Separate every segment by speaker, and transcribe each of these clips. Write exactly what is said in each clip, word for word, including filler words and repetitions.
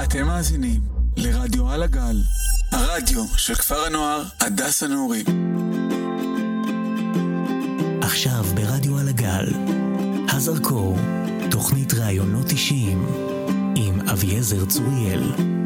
Speaker 1: אתם מאזינים לרדיו על הגל, הרדיו של כפר הנוער הדס הנעורים.
Speaker 2: עכשיו ברדיו על הגל, הזרקור, תוכנית ראיונות אישיים עם אביעזר צוריאל.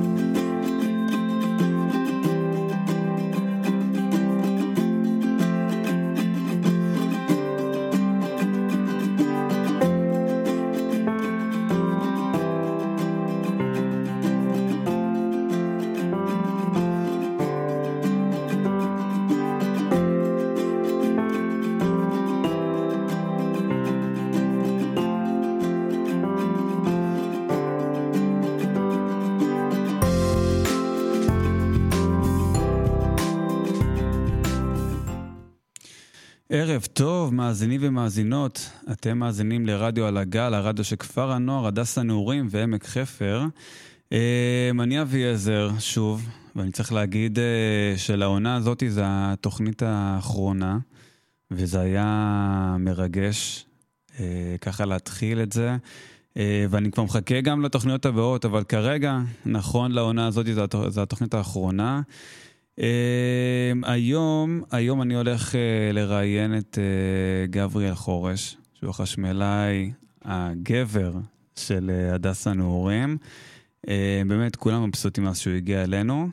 Speaker 3: ערב טוב, מאזינים ומאזינות, אתם מאזינים לרדיו על הגל, הרדיו של כפר הנוער, הדס הנעורים ועמק חפר. אני אביעזר, שוב, ואני צריך להגיד שלעונה הזאת זו התוכנית האחרונה, וזה היה מרגש ככה להתחיל את זה, ואני כבר מחכה גם לתוכניות הבאות, אבל כרגע, נכון, לעונה הזאת זו התוכנית האחרונה. Uh, היום, היום אני הולך uh, לראיין את uh, גבריאל חורש, שהוא החשמלאי הגבר של uh, הדס הנעורים. Uh, באמת כולם מבסוטים אז שהוא הגיע אלינו.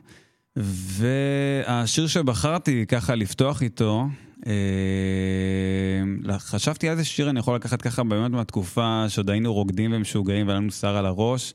Speaker 3: והשיר שבחרתי ככה לפתוח איתו, uh, חשבתי איזה שיר אני יכול לקחת ככה באמת מהתקופה שעוד היינו רוקדים ומשוגעים ולנו שר על הראש.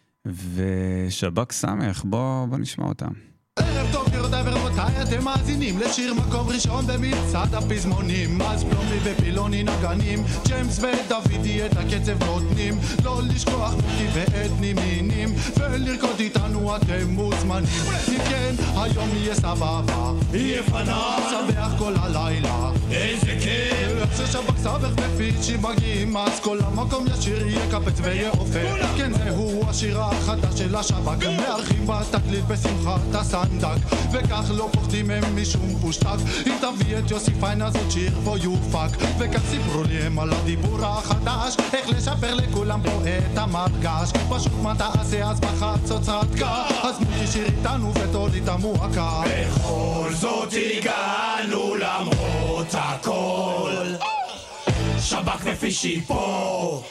Speaker 3: ושבק סמך, בוא, בוא נשמע אותם.
Speaker 4: ערב טוב גבירותיי ורבותיי, אתם מאזינים לשיר מקום ראשון במצעד הפזמונים. אז פלומי ופילוני נגנים, ג'יימס ודוידי את הקצב נותנים. לא לשכוח מוקי ואתני מינים, ולרקוד איתנו אתם מוזמנים. אם כן, היום יהיה סבבה, יהיה פנן, שמח כל הלילה, איזה כיף. ששבק סבך ופיצ'י מגיעים, אז כל המקום ישיר יקפץ ויעופר. כן, זהו השיר החדש של השבק, מארחים בתקליט בשמחת הסנדק, וכך לא פוחדים מהם משום פושטק. אם תביא את יוסי פיין אז עוד שיר בו יופק, וכך סיפרו לי הם על הדיבור החדש, איך לשפר לכולם פה את המרגש. פשוט מה תעשה אז בחצות רדקה, אז מותי שיר איתנו ותוריד את המועקה. בכל זאת הגענו למרות הכל, שבק ופישי פה.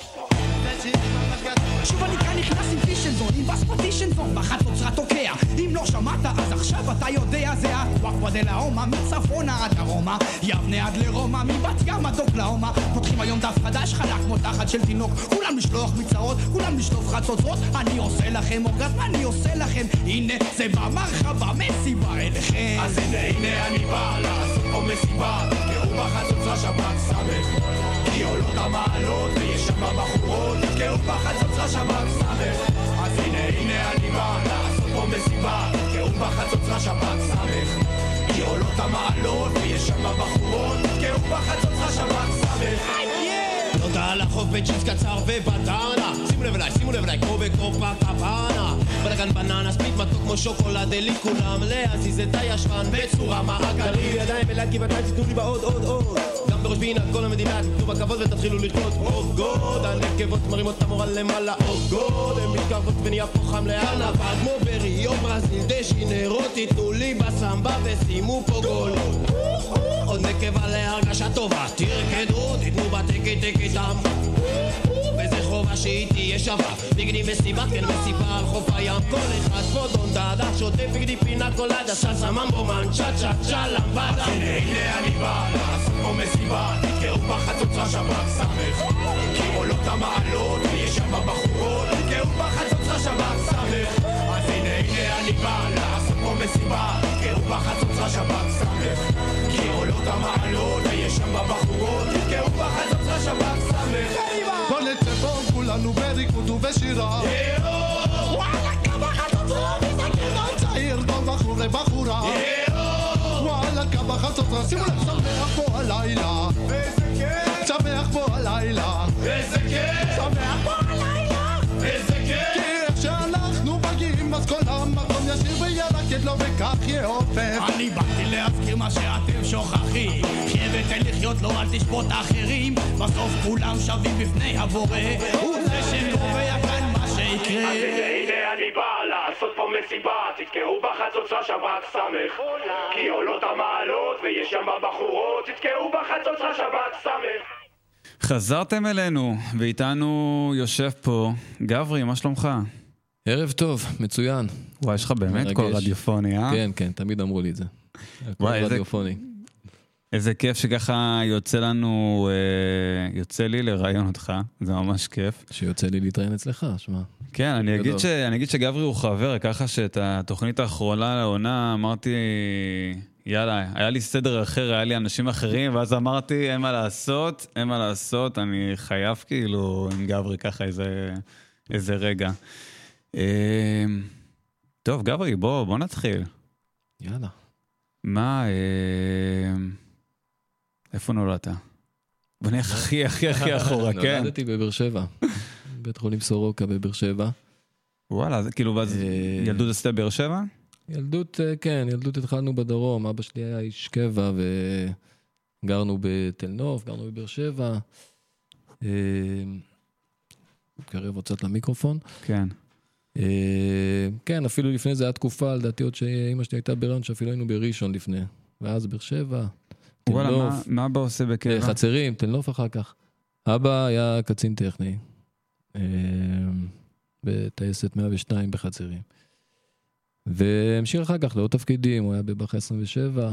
Speaker 5: שוב אני כאן נכנס עם פישנזון, עם בספטישנזון, בחת עוצרה תוקע. אם לא שמעת אז עכשיו אתה יודע, זה הוואקווה דלאומה, מצפונה עד הרומא, יבנה עד לרומא, מבת ים עד אוקלאומה. פותחים היום דף חדש חלק כמו תחת של תינוק, כולם לשלוח מצרות, כולם לשלוף חצוצרות. אני עושה לכם אורגזמה, אני עושה לכם, הנה זה במרחבה מסיבה אליכם.
Speaker 4: אז הנה הנה אני בא לעשות פה מסיבה, קראו בחצוצרה שבק סמך, כי עולות המעלות ויש שם בחורות, קראו בחצוצרה שבק סמך. אז הנה הנה אני בא לעשות פה מסיבה, קראו בחצוצרה שבק סמך, כי עולות המעלות ויש שם בחורות, קראו בחצוצרה שבק סמך. תודה לחוף בצ'יפס קצר ובטנה, שימו לב אליי, שימו לב אליי, כמו בקופה קפנה, בלגן בננה, ספיט מתוק כמו שוקולדלי, כולם להזיז את הישבן בצורה מעגלית. ידיים אליי כי בטיים תיתנו לי בעוד עוד עוד, גם בראש בינת כל המדינה תיתנו בכבוד ותתחילו לרקוד. אוף גוד, הנקבות מרימות את המורה למעלה, אוף גוד, הם מתקרבות ונהיה פה חם להנפה, כמו בריו ברזיל דשינרו, תיתנו לי בסמבה ושימו פה גול. עוד נקבה להרגשה טובה, תרקדו, תיתנו בתקי תקי תם, וזה חובה שהיא תהיה שווה. בגדי מסיבה, כן מסיבה על חוף הים, כל אחד פה דון דאדה, שוטף בגדי פינה קולדה, סלסה ממבו מן, צ'ה צ'ה צ'ה למבדה. הנה הנה אני בא לעשות פה מסיבה, תקראו בחצוצרה שבק סמך, כי עולות המעלות ויש שם בחורות, תקראו בחצוצרה שבק סמך. אז הנה הנה אני בא לעשות פה מסיבה, תקראו בחצוצרה שבק סמך, כי עולות המעלות ויש שם בחורות, תקראו בחצוצרה שבק סמך. בוא נצא פה כולנו בריקוד ובשירה, וואלה כמה חצוצרה מסתכלנו צעיר כל בחור לבחורה, וואלה כמה חצוצרה, שימו לב שמח פה הלילה, איזה כיף, שמח פה הלילה, איזה כיף, שמח פה הלילה, איזה כיף, כי איך שאנחנו מגיעים אז כל המקום ישיר וירקד לו וכך יעופף. אני באתי להזכיר מה שאתם שוכחים, חיה ותן לחיות לו, אל תשפוט אחרים, בסוף כולם שווים בפני הבורא, הוא זה שקובע כאן מה שיקרה. אז הנה אני בא מסיבה, תתקעו בחצוצרה שב"כ סמך, כי עולות המעלות ויש שם בחורות, תתקעו בחצוצרה שב"כ סמך.
Speaker 3: חזרתם אלינו, ואיתנו יושב פה גברי, מה שלומך?
Speaker 6: ערב טוב, מצוין.
Speaker 3: וואי, יש לך באמת קול רדיופוני, אה?
Speaker 6: כן, כן, תמיד אמרו לי את זה. קול רדיופוני.
Speaker 3: איזה כיף שככה יוצא לנו, יוצא לי לראיון אותך, זה ממש כיף.
Speaker 6: שיוצא לי להתראיין אצלך, שמה.
Speaker 3: כן, אני אגיד, ש, אני אגיד שגברי הוא חבר, ככה שאת התוכנית האחרונה לעונה אמרתי, יאללה, היה לי סדר אחר, היה לי אנשים אחרים, ואז אמרתי, אין מה לעשות, אין מה לעשות, אני חייב כאילו עם גברי ככה איזה, איזה רגע. טוב, גברי, בוא, בוא נתחיל.
Speaker 6: יאללה.
Speaker 3: מה, איפה נולדת? בוא נלך הכי, הכי, הכי אחורה, כן?
Speaker 6: נולדתי בבאר שבע, בית חולים סורוקה בבאר שבע.
Speaker 3: וואלה, כאילו, ילדות עשתה באר שבע?
Speaker 6: ילדות, כן, ילדות התחלנו בדרום, אבא שלי היה איש קבע, וגרנו בתל נוף, גרנו בבאר שבע. קרב הוצאת למיקרופון.
Speaker 3: כן.
Speaker 6: כן, אפילו לפני זה היה תקופה, לדעתי עוד שאמא שלי הייתה בהיריון, שאפילו היינו בראשון לפני. ואז באר שבע, תל
Speaker 3: וואלה,
Speaker 6: נוף.
Speaker 3: מה, מה אבא עושה בקבע?
Speaker 6: חצרים, תל נוף אחר כך. אבא היה קצין טכני, בטייסת מאה ושתיים בחצרים. והמשיך אחר כך לעוד תפקידים, הוא היה בבח עשרים ושבע,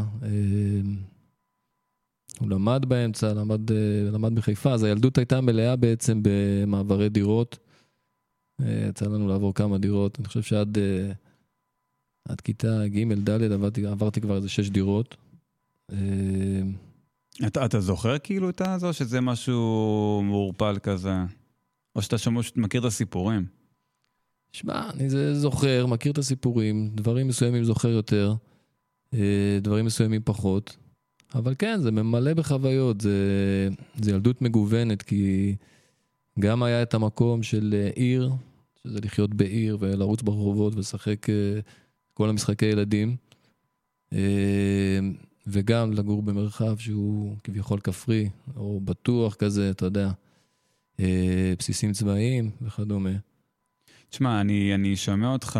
Speaker 6: הוא למד באמצע, למד, למד בחיפה, אז הילדות הייתה מלאה בעצם במעברי דירות, יצא לנו לעבור כמה דירות, אני חושב שעד עד כיתה ג' ד' עברתי, עברתי כבר איזה שש דירות.
Speaker 3: אתה, אתה זוכר כאילו את הזו, שזה משהו מעורפל כזה? או שאתה שומע, שאתה מכיר את הסיפורים?
Speaker 6: שמע, אני זה זוכר, מכיר את הסיפורים, דברים מסוימים זוכר יותר, דברים מסוימים פחות, אבל כן, זה ממלא בחוויות, זה, זה ילדות מגוונת, כי גם היה את המקום של עיר, שזה לחיות בעיר ולרוץ ברחובות ולשחק כל המשחקי ילדים, וגם לגור במרחב שהוא כביכול כפרי, או בטוח כזה, אתה יודע, בסיסים צבאיים וכדומה.
Speaker 3: תשמע, אני, אני שומע אותך,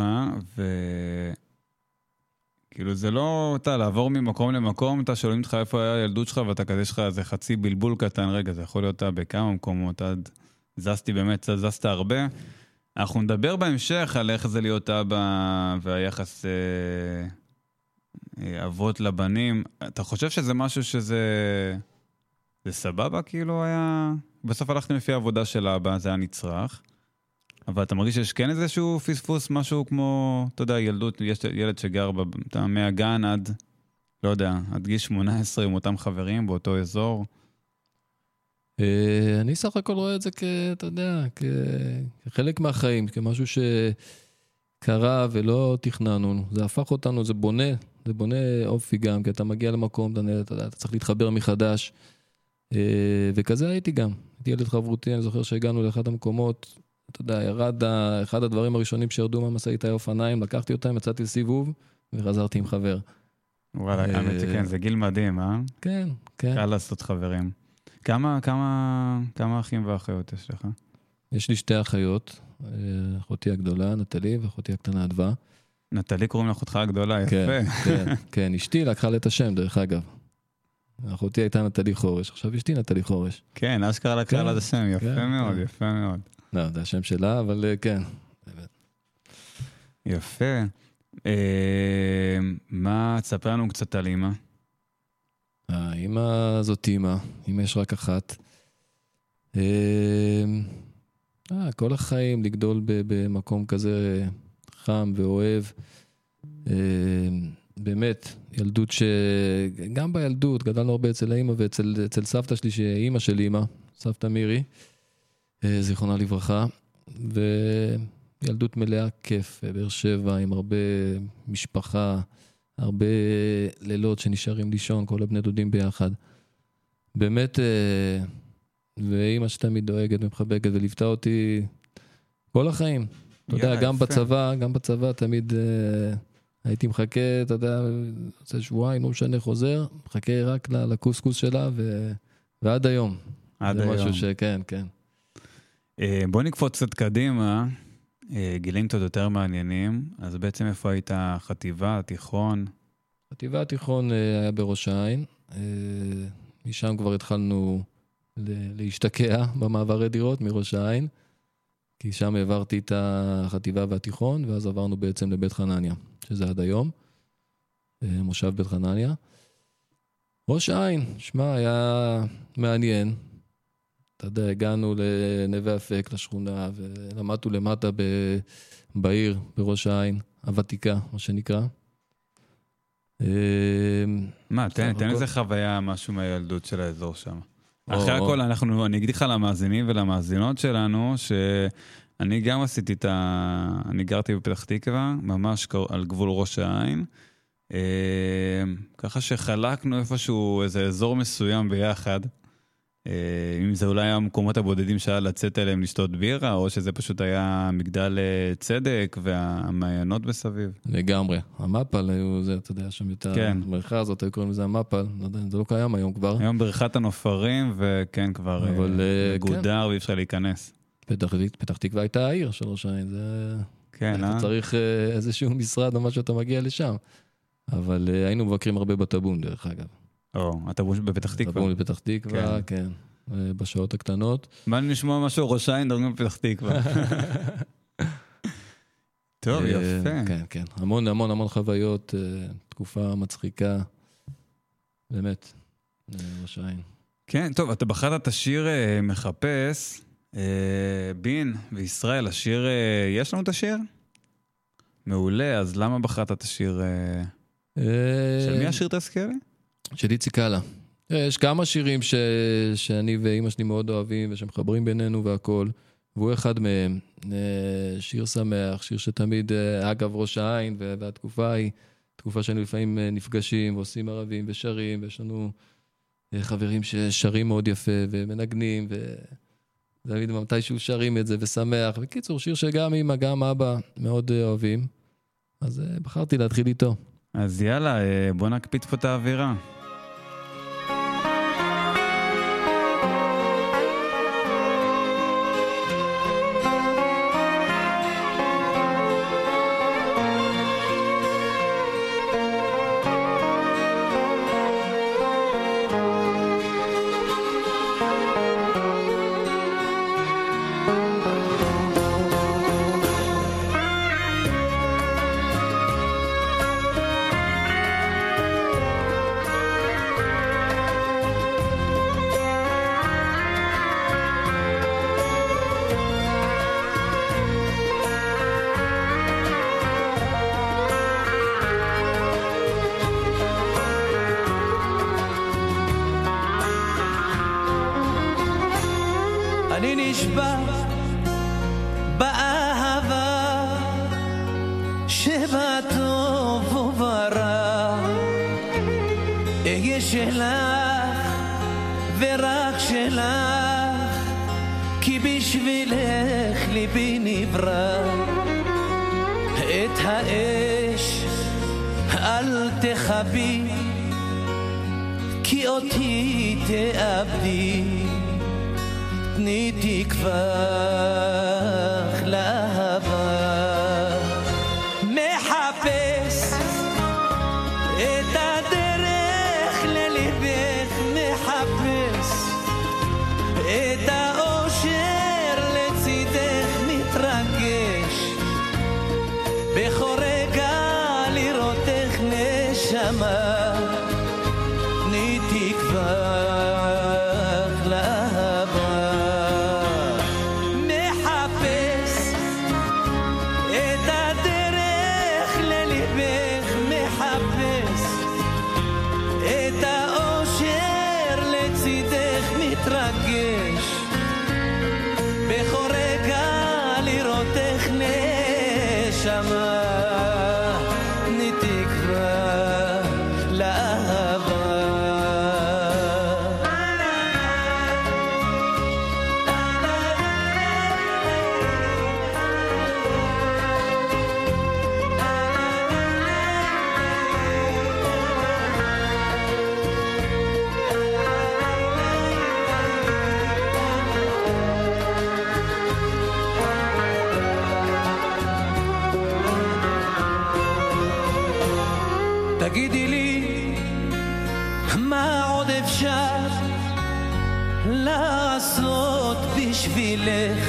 Speaker 3: וכאילו זה לא, אתה לעבור ממקום למקום, אתה שואלים אותך איפה היה הילדות שלך, ואתה כזה שלך איזה חצי בלבול קטן, רגע, זה יכול להיות בכמה מקומות, עד זזתי באמת, זזת הרבה. אנחנו נדבר בהמשך על איך זה להיות אבא, והיחס אה, אה, אבות לבנים. אתה חושב שזה משהו שזה זה סבבה, כאילו היה... בסוף הלכתם לפי העבודה של האבא, זה היה נצרך. אבל אתה מרגיש שיש כן איזשהו פספוס, משהו כמו, אתה יודע, ילדות, יש ילד שגר מהגן עד, לא יודע, עד גיל שמונה עשרה עם אותם חברים באותו אזור.
Speaker 6: אני סך הכל רואה את זה כ, אתה יודע, כחלק מהחיים, כמשהו שקרה ולא תכננו. זה הפך אותנו, זה בונה, זה בונה אופי גם, כי אתה מגיע למקום, אתה יודע, אתה צריך להתחבר מחדש. וכזה הייתי גם. הייתי ילד חברותי, אני זוכר שהגענו לאחד המקומות, אתה יודע, ירד, אחד הדברים הראשונים שירדו מהמשאית היה אופניים, לקחתי אותם, יצאתי לסיבוב, וחזרתי עם חבר.
Speaker 3: וואלה, האמת שכן, זה גיל מדהים, אה?
Speaker 6: כן, כן.
Speaker 3: קל לעשות חברים. כמה, כמה, כמה אחים ואחיות יש לך?
Speaker 6: יש לי שתי אחיות, אחותי הגדולה, נטלי, ואחותי הקטנה אדווה.
Speaker 3: נטלי קוראים לאחותך הגדולה, יפה.
Speaker 6: כן, כן, כן, אשתי לקחה לה את השם, דרך אגב. אחותי הייתה נטלי חורש, עכשיו אשתי נטלי חורש.
Speaker 3: כן, אשכרה לקחה לה את השם, יפה מאוד, יפה מאוד.
Speaker 6: לא, זה השם שלה, אבל כן.
Speaker 3: יפה. מה, תספר לנו קצת על אמא?
Speaker 6: האמא זאת אמא, אמא יש רק אחת. כל החיים לגדול במקום כזה חם ואוהב. באמת, ילדות שגם בילדות, גדלנו הרבה אצל האמא ואצל סבתא שלי, שאמא של אמא, סבתא מירי, זיכרונה לברכה, וילדות מלאה כיף, באר שבע עם הרבה משפחה, הרבה לילות שנשארים לישון, כל הבני דודים ביחד. באמת, ואמא שתמיד דואגת ומחבקת וליוותה אותי כל החיים. אתה יודע, גם בצבא, גם בצבא תמיד הייתי מחכה, אתה יודע, זה שבועיים, לא משנה, חוזר, מחכה רק לקוסקוס שלה, ועד היום.
Speaker 3: עד
Speaker 6: היום.
Speaker 3: זה משהו
Speaker 6: שכן, כן.
Speaker 3: בוא נקפוץ קצת קדימה. גילים קצת יותר מעניינים, אז בעצם איפה היית חטיבה, תיכון?
Speaker 6: חטיבה התיכון היה בראש העין, משם כבר התחלנו להשתקע במעברי דירות מראש העין, כי שם העברתי את החטיבה והתיכון, ואז עברנו בעצם לבית חנניה, שזה עד היום, מושב בית חנניה. ראש העין, שמה, היה מעניין. אתה יודע, הגענו לנווה אפק, לשכונה, ולמדנו למטה ב... בעיר, בראש העין, הוותיקה, מה שנקרא.
Speaker 3: מה, תן, תן איזה חוויה, משהו מהילדות של האזור שם. אחרי הכל, אנחנו, אני אגיד לך למאזינים ולמאזינות שלנו, שאני גם עשיתי את ה... אני גרתי בפתח תקווה, ממש על גבול ראש העין, ככה שחלקנו איפשהו איזה אזור מסוים ביחד, אם זה אולי המקומות הבודדים שהיה לצאת אליהם לשתות בירה, או שזה פשוט היה מגדל צדק והמעיינות בסביב.
Speaker 6: לגמרי. המפל היו, זה, אתה יודע, שם את המרחה הזאת, היו קוראים לזה המפל, זה לא קיים היום כבר.
Speaker 3: היום בריכת הנופרים, וכן, כבר מגודר ואי אפשר להיכנס.
Speaker 6: פתח תקווה הייתה העיר של ראש העין, זה...
Speaker 3: כן, אה?
Speaker 6: אתה צריך איזשהו משרד או משהו, אתה מגיע לשם. אבל היינו מבקרים הרבה בטבון, דרך אגב.
Speaker 3: או, הטבון בפתח תקווה.
Speaker 6: הטבון בפתח תקווה, כן. בשעות הקטנות.
Speaker 3: בא לי לשמוע משהו, ראש העין, דרגים בפתח תקווה. טוב, יפה.
Speaker 6: כן, כן. המון, המון, המון חוויות, תקופה מצחיקה. באמת, ראש העין.
Speaker 3: כן, טוב, אתה בחרת את השיר מחפש, בין וישראל, השיר, יש לנו את השיר? מעולה, אז למה בחרת את השיר? של מי השיר תזכיר לי?
Speaker 6: של איציק קאלה. יש כמה שירים ש... שאני ואימא שלי מאוד אוהבים, ושמחברים בינינו והכל, והוא אחד מהם. שיר שמח, שיר שתמיד, אגב ראש העין, והתקופה היא, תקופה שאני לפעמים נפגשים, ועושים ערבים ושרים, ויש לנו חברים ששרים מאוד יפה, ומנגנים, ותמיד מתישהו שרים את זה, ושמח. בקיצור, שיר שגם אמא, גם אבא מאוד אוהבים. אז בחרתי להתחיל איתו.
Speaker 3: אז יאללה, בוא נקפיץ פה את האווירה.
Speaker 7: אני נשבע באהבה שבטוב וברע אהיה שלך ורק שלך כי בשבילך ליבי נברא את האש אל תחבי כי אותי תאבדי תני תקווה לאהבה מחפש את הדרך לליבך מחפש את האושר לצידך מתרגש בכל רגע לראותך נשמה תני תקווה תגידי לי מה עוד אפשר לעשות בשבילך,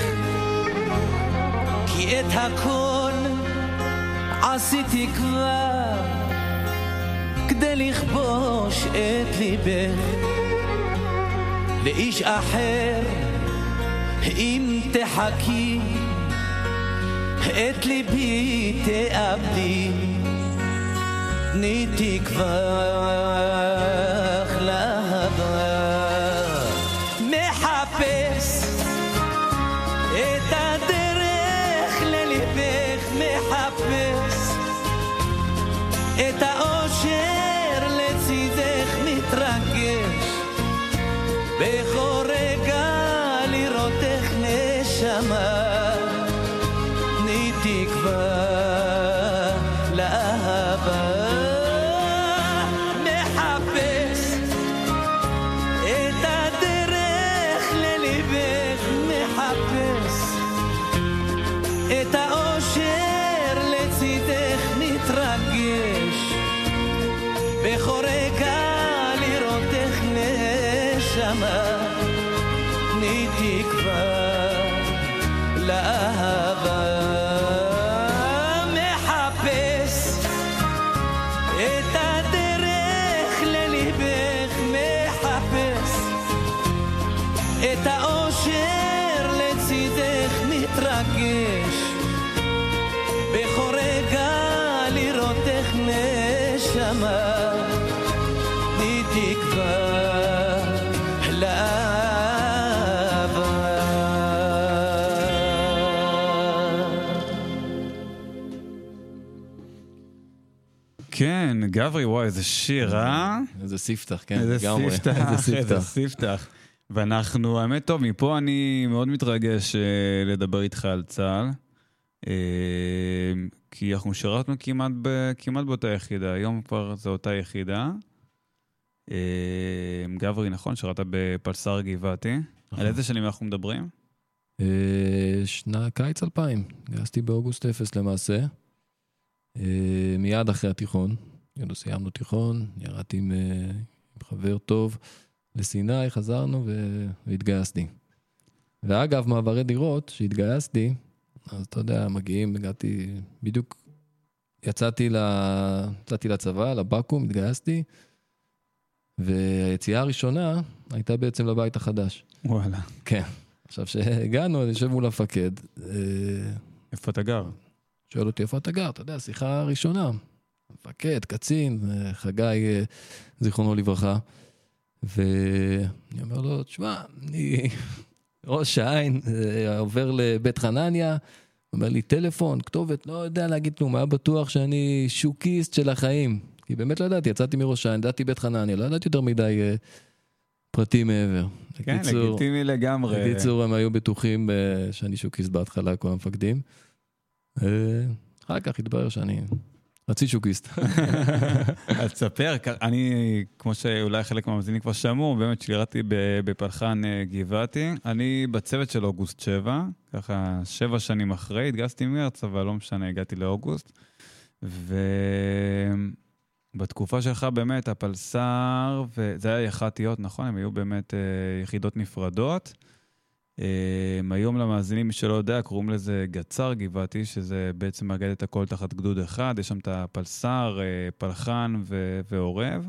Speaker 7: כי את הכל עשיתי כבר כדי לכבוש את ליבך. לאיש אחר אם תחכי את ליבי תאבדי, תני תקווח לעבר. מחפש את הדרך לליבך, מחפש את האושר לצידך, מתרגש בכל רגע לראותך נשמה, תני תקווה לאהבה. מחפש את הדרך לליבך, מחפש את האושר לצידך, מתרגש בכל רגע לראותך נשמה, תני תקווה לאהבה. מחפש את הדרך לליבך, מחפש את האושר לצידך, מתרגש בכל רגע לראותך נשמה, תני תקווה לאהבה.
Speaker 3: כן, גברי, וואי, איזה שיר, אה?
Speaker 6: איזה ספתח, כן,
Speaker 3: איזה
Speaker 6: לגמרי.
Speaker 3: ספתח,
Speaker 6: איזה
Speaker 3: איזה
Speaker 6: ספתח.
Speaker 3: ספתח. ואנחנו, האמת טוב, מפה אני מאוד מתרגש אה, לדבר איתך על צה"ל, אה, כי אנחנו שירתנו כמעט, ב, כמעט באותה יחידה, היום כבר זו אותה יחידה. אה, גברי, נכון, שירת בפלס"ר גבעתי. על איזה שנים אנחנו מדברים?
Speaker 6: אה, שנה, קיץ אלפיים, גייסתי באוגוסט אפס למעשה, אה, מיד אחרי התיכון, ידעו סיימנו תיכון, ירדתי עם, אה, עם חבר טוב לסיני, חזרנו ו- והתגייסתי. ואגב, מעברי דירות שהתגייסתי, אז אתה יודע, מגיעים, הגעתי, בדיוק יצאתי, ל... יצאתי לצבא, לבקו"ם, התגייסתי, והיציאה הראשונה הייתה בעצם לבית החדש.
Speaker 3: וואלה.
Speaker 6: כן. עכשיו שהגענו, אני יושב מול המפקד.
Speaker 3: איפה אתה גר?
Speaker 6: שואל אותי, איפה אתה גר? אתה יודע, שיחה ראשונה. מפקד, קצין, חגי, זיכרונו לברכה. ואני אומר לו, תשמע, אני ראש העין, עובר לבית חנניה, אומר לי, טלפון, כתובת, לא יודע להגיד כלום, היה בטוח שאני שוקיסט של החיים. כי באמת לא ידעתי, יצאתי מראש העין, ידעתי בית חנניה, לא ידעתי יותר מדי פרטים מעבר.
Speaker 3: כן, לגיטימי לגמרי.
Speaker 6: בקיצור, הם היו בטוחים שאני שוקיסט בהתחלה, כל המפקדים. אחר כך התברר שאני רצי שוקיסט.
Speaker 3: אז תספר, אני, כמו שאולי חלק מהמאזינים כבר שמעו, באמת שירתי בפלחן גבעתי, אני בצוות של אוגוסט שבע, ככה שבע שנים אחרי, התגייסתי מרץ, אבל לא משנה, הגעתי לאוגוסט, ובתקופה שלך באמת הפלס"ר, וזה היה יח"טיות, נכון? הם היו באמת יחידות נפרדות, היום למאזינים, מי שלא יודע, קוראים לזה גצ"ר גבעתי, שזה בעצם מאגד את הכל תחת גדוד אחד, יש שם את הפלס"ר, פלחן ו- ועורב.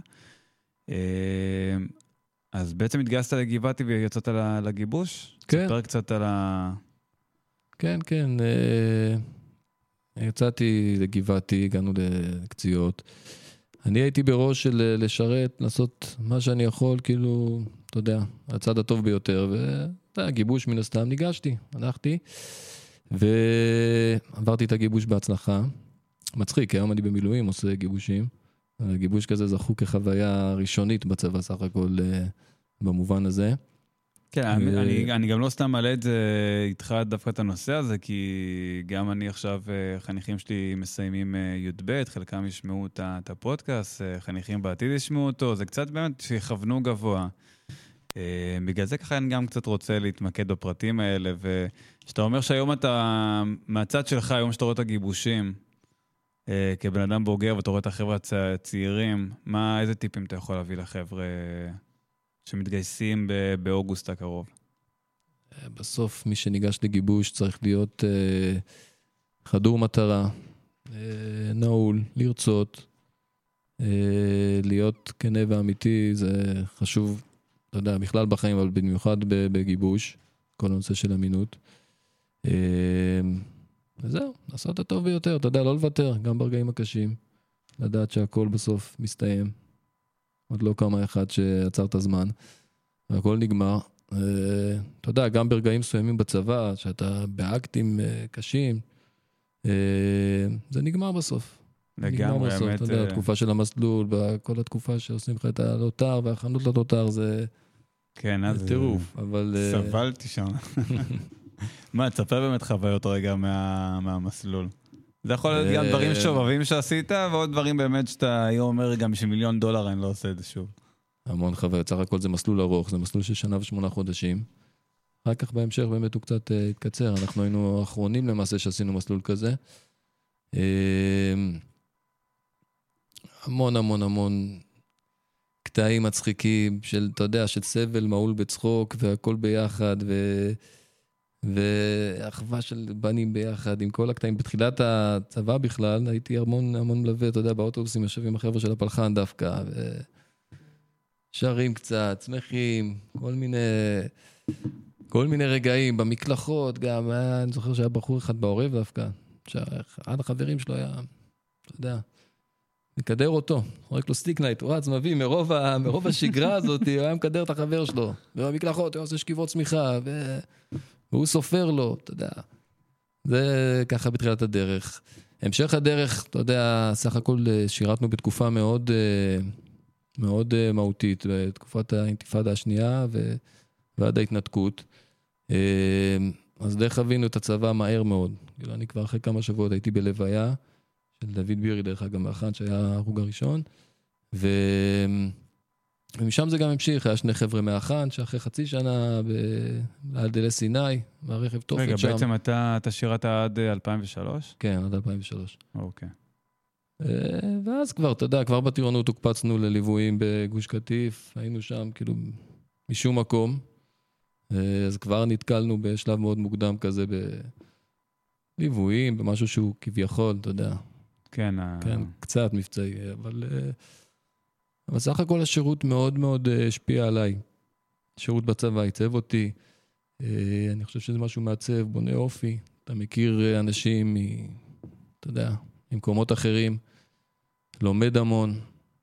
Speaker 3: אז בעצם התגייסת לגבעתי ויצאת לגיבוש?
Speaker 6: כן.
Speaker 3: ספר קצת על ה...
Speaker 6: כן, כן. יצאתי לגבעתי, הגענו לקציעות. אני הייתי בראש של לשרת, לעשות מה שאני יכול, כאילו, אתה יודע, הצד הטוב ביותר, והגיבוש מן הסתם ניגשתי, הלכתי, ועברתי את הגיבוש בהצלחה. מצחיק, היום אני במילואים עושה גיבושים. גיבוש כזה זכו כחוויה ראשונית בצבא, סך הכל במובן הזה.
Speaker 3: כן, אני, אני גם לא סתם מעלה את זה איתך דווקא את הנושא הזה, כי גם אני עכשיו, חניכים שלי מסיימים י"ב, חלקם ישמעו את הפודקאסט, חניכים בעתיד ישמעו אותו, זה קצת באמת שיכוונו גבוה. בגלל זה ככה אני גם קצת רוצה להתמקד בפרטים האלה, ושאתה אומר שהיום אתה, מהצד שלך, היום שאתה רואה את הגיבושים, כבן אדם בוגר, ואתה רואה את החבר'ה הצעירים, מה, איזה טיפים אתה יכול להביא לחבר'ה שמתגייסים באוגוסט הקרוב?
Speaker 6: בסוף, מי שניגש לגיבוש צריך להיות חדור מטרה, נעול, לרצות, להיות כנה ואמיתי, זה חשוב, אתה יודע, בכלל בחיים, אבל במיוחד בגיבוש, כל הנושא של אמינות. וזהו, לעשות את הטוב ביותר, אתה יודע, לא לוותר, גם ברגעים הקשים, לדעת שהכל בסוף מסתיים. עוד לא כמה אחד שעצר את הזמן, והכל נגמר. אתה יודע, גם ברגעים מסוימים בצבא, שאתה באקטים קשים, זה נגמר בסוף.
Speaker 3: לגמרי,
Speaker 6: בסוף,
Speaker 3: האמת...
Speaker 6: אתה יודע, התקופה של המסלול, כל התקופה שעושים לך את הלוטר, והחנות ללוטר, זה...
Speaker 3: כן, אז...
Speaker 6: זה טירוף, אבל...
Speaker 3: סבלתי שם. מה, תספר באמת חוויות רגע מה, מהמסלול. זה יכול להיות גם דברים שובבים שעשית, ועוד דברים באמת שאתה היום אומר גם שמיליון דולר אני לא עושה את זה שוב.
Speaker 6: המון חוויות, סך הכל זה מסלול ארוך, זה מסלול של שנה ושמונה חודשים. אחר כך בהמשך באמת הוא קצת התקצר, אנחנו היינו האחרונים למעשה שעשינו מסלול כזה. המון המון המון קטעים מצחיקים של, אתה יודע, של סבל מעול בצחוק והכל ביחד ו... ואחווה של בנים ביחד עם כל הקטעים. בתחילת הצבא בכלל הייתי המון המון מלווה, אתה יודע, באוטובוסים יושבים החבר'ה של הפלחן דווקא ושרים קצת, שמחים, כל מיני כל מיני רגעים במקלחות גם. אני זוכר שהיה בחור אחד בעורב דווקא, שאחד החברים שלו היה, אתה יודע, מקדר אותו, רק לו סטיק נייט, הוא רץ מביא מרוב, ה, מרוב השגרה הזאת, הוא היה מקדר את החבר שלו, ובמקלחות הוא עושה שכיבות צמיחה, ו... והוא סופר לו, אתה יודע. זה ככה בתחילת הדרך. המשך הדרך, אתה יודע, סך הכל שירתנו בתקופה מאוד, מאוד מהותית, בתקופת האינתיפאדה השנייה ו... ועד ההתנתקות. אז די חווינו את הצבא מהר מאוד. אני כבר אחרי כמה שבועות הייתי בלוויה, של דוד בירי, דרך אגב, מאחד שהיה ההרוג הראשון, ו... ומשם זה גם המשיך, היה שני חבר'ה מאחן, שאחרי חצי שנה עד אלי סיני, והרכב תופת
Speaker 3: רגע,
Speaker 6: שם.
Speaker 3: רגע, בעצם אתה, אתה שירת עד אלפיים ושלוש?
Speaker 6: כן, עד אלפיים ושלוש.
Speaker 3: אוקיי.
Speaker 6: ואז כבר, אתה יודע, כבר בטירונות הוקפצנו לליוויים בגוש קטיף, היינו שם כאילו משום מקום, אז כבר נתקלנו בשלב מאוד מוקדם כזה בליוויים, במשהו שהוא כביכול, אתה יודע.
Speaker 3: כן.
Speaker 6: כן, קצת מבצעי, אבל... אבל סך הכל השירות מאוד מאוד השפיע עליי. שירות בצבא ייצב אותי. אני חושב שזה משהו מעצב, בונה אופי. אתה מכיר אנשים, אתה יודע, ממקומות אחרים, לומד המון.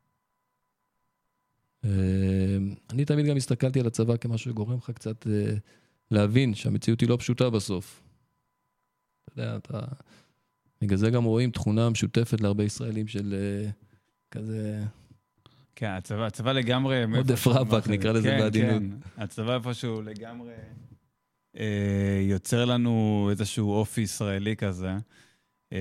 Speaker 6: אני תמיד גם הסתכלתי על הצבא כמשהו שגורם לך קצת להבין שהמציאות היא לא פשוטה בסוף. אתה יודע, אתה... בגלל זה גם רואים תכונה משותפת להרבה ישראלים של כזה...
Speaker 3: כן, הצבא, הצבא לגמרי...
Speaker 6: עודף רפק, נקרא לזה בעדינות.
Speaker 3: כן, כן. הצבא איפשהו לגמרי אה, יוצר לנו איזשהו אופי ישראלי כזה. אה,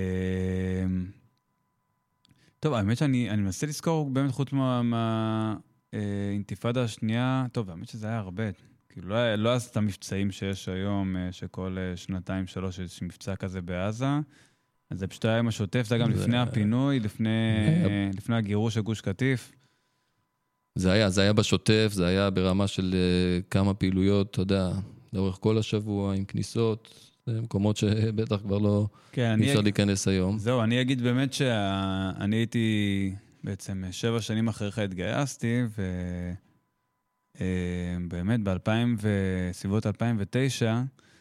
Speaker 3: טוב, האמת שאני אני מנסה לזכור באמת חוץ מהאינתיפאדה מה, השנייה, טוב, האמת שזה היה הרבה. כאילו, לא היה, לא היה את המבצעים שיש היום, שכל שנתיים, שלוש, יש מבצע כזה בעזה. אז זה פשוט היה עם השוטף, זה גם זה... לפני הפינוי, לפני, לפני הגירוש של גוש קטיף.
Speaker 6: זה היה, זה היה בשוטף, זה היה ברמה של uh, כמה פעילויות, אתה יודע, לאורך כל השבוע, עם כניסות, זה מקומות שבטח כבר לא כן, אפשר אני... להיכנס היום. זהו, אני אגיד באמת שאני הייתי בעצם שבע שנים אחריך התגייסתי, ובאמת ב-אלפיים וסביבות אלפיים ותשע,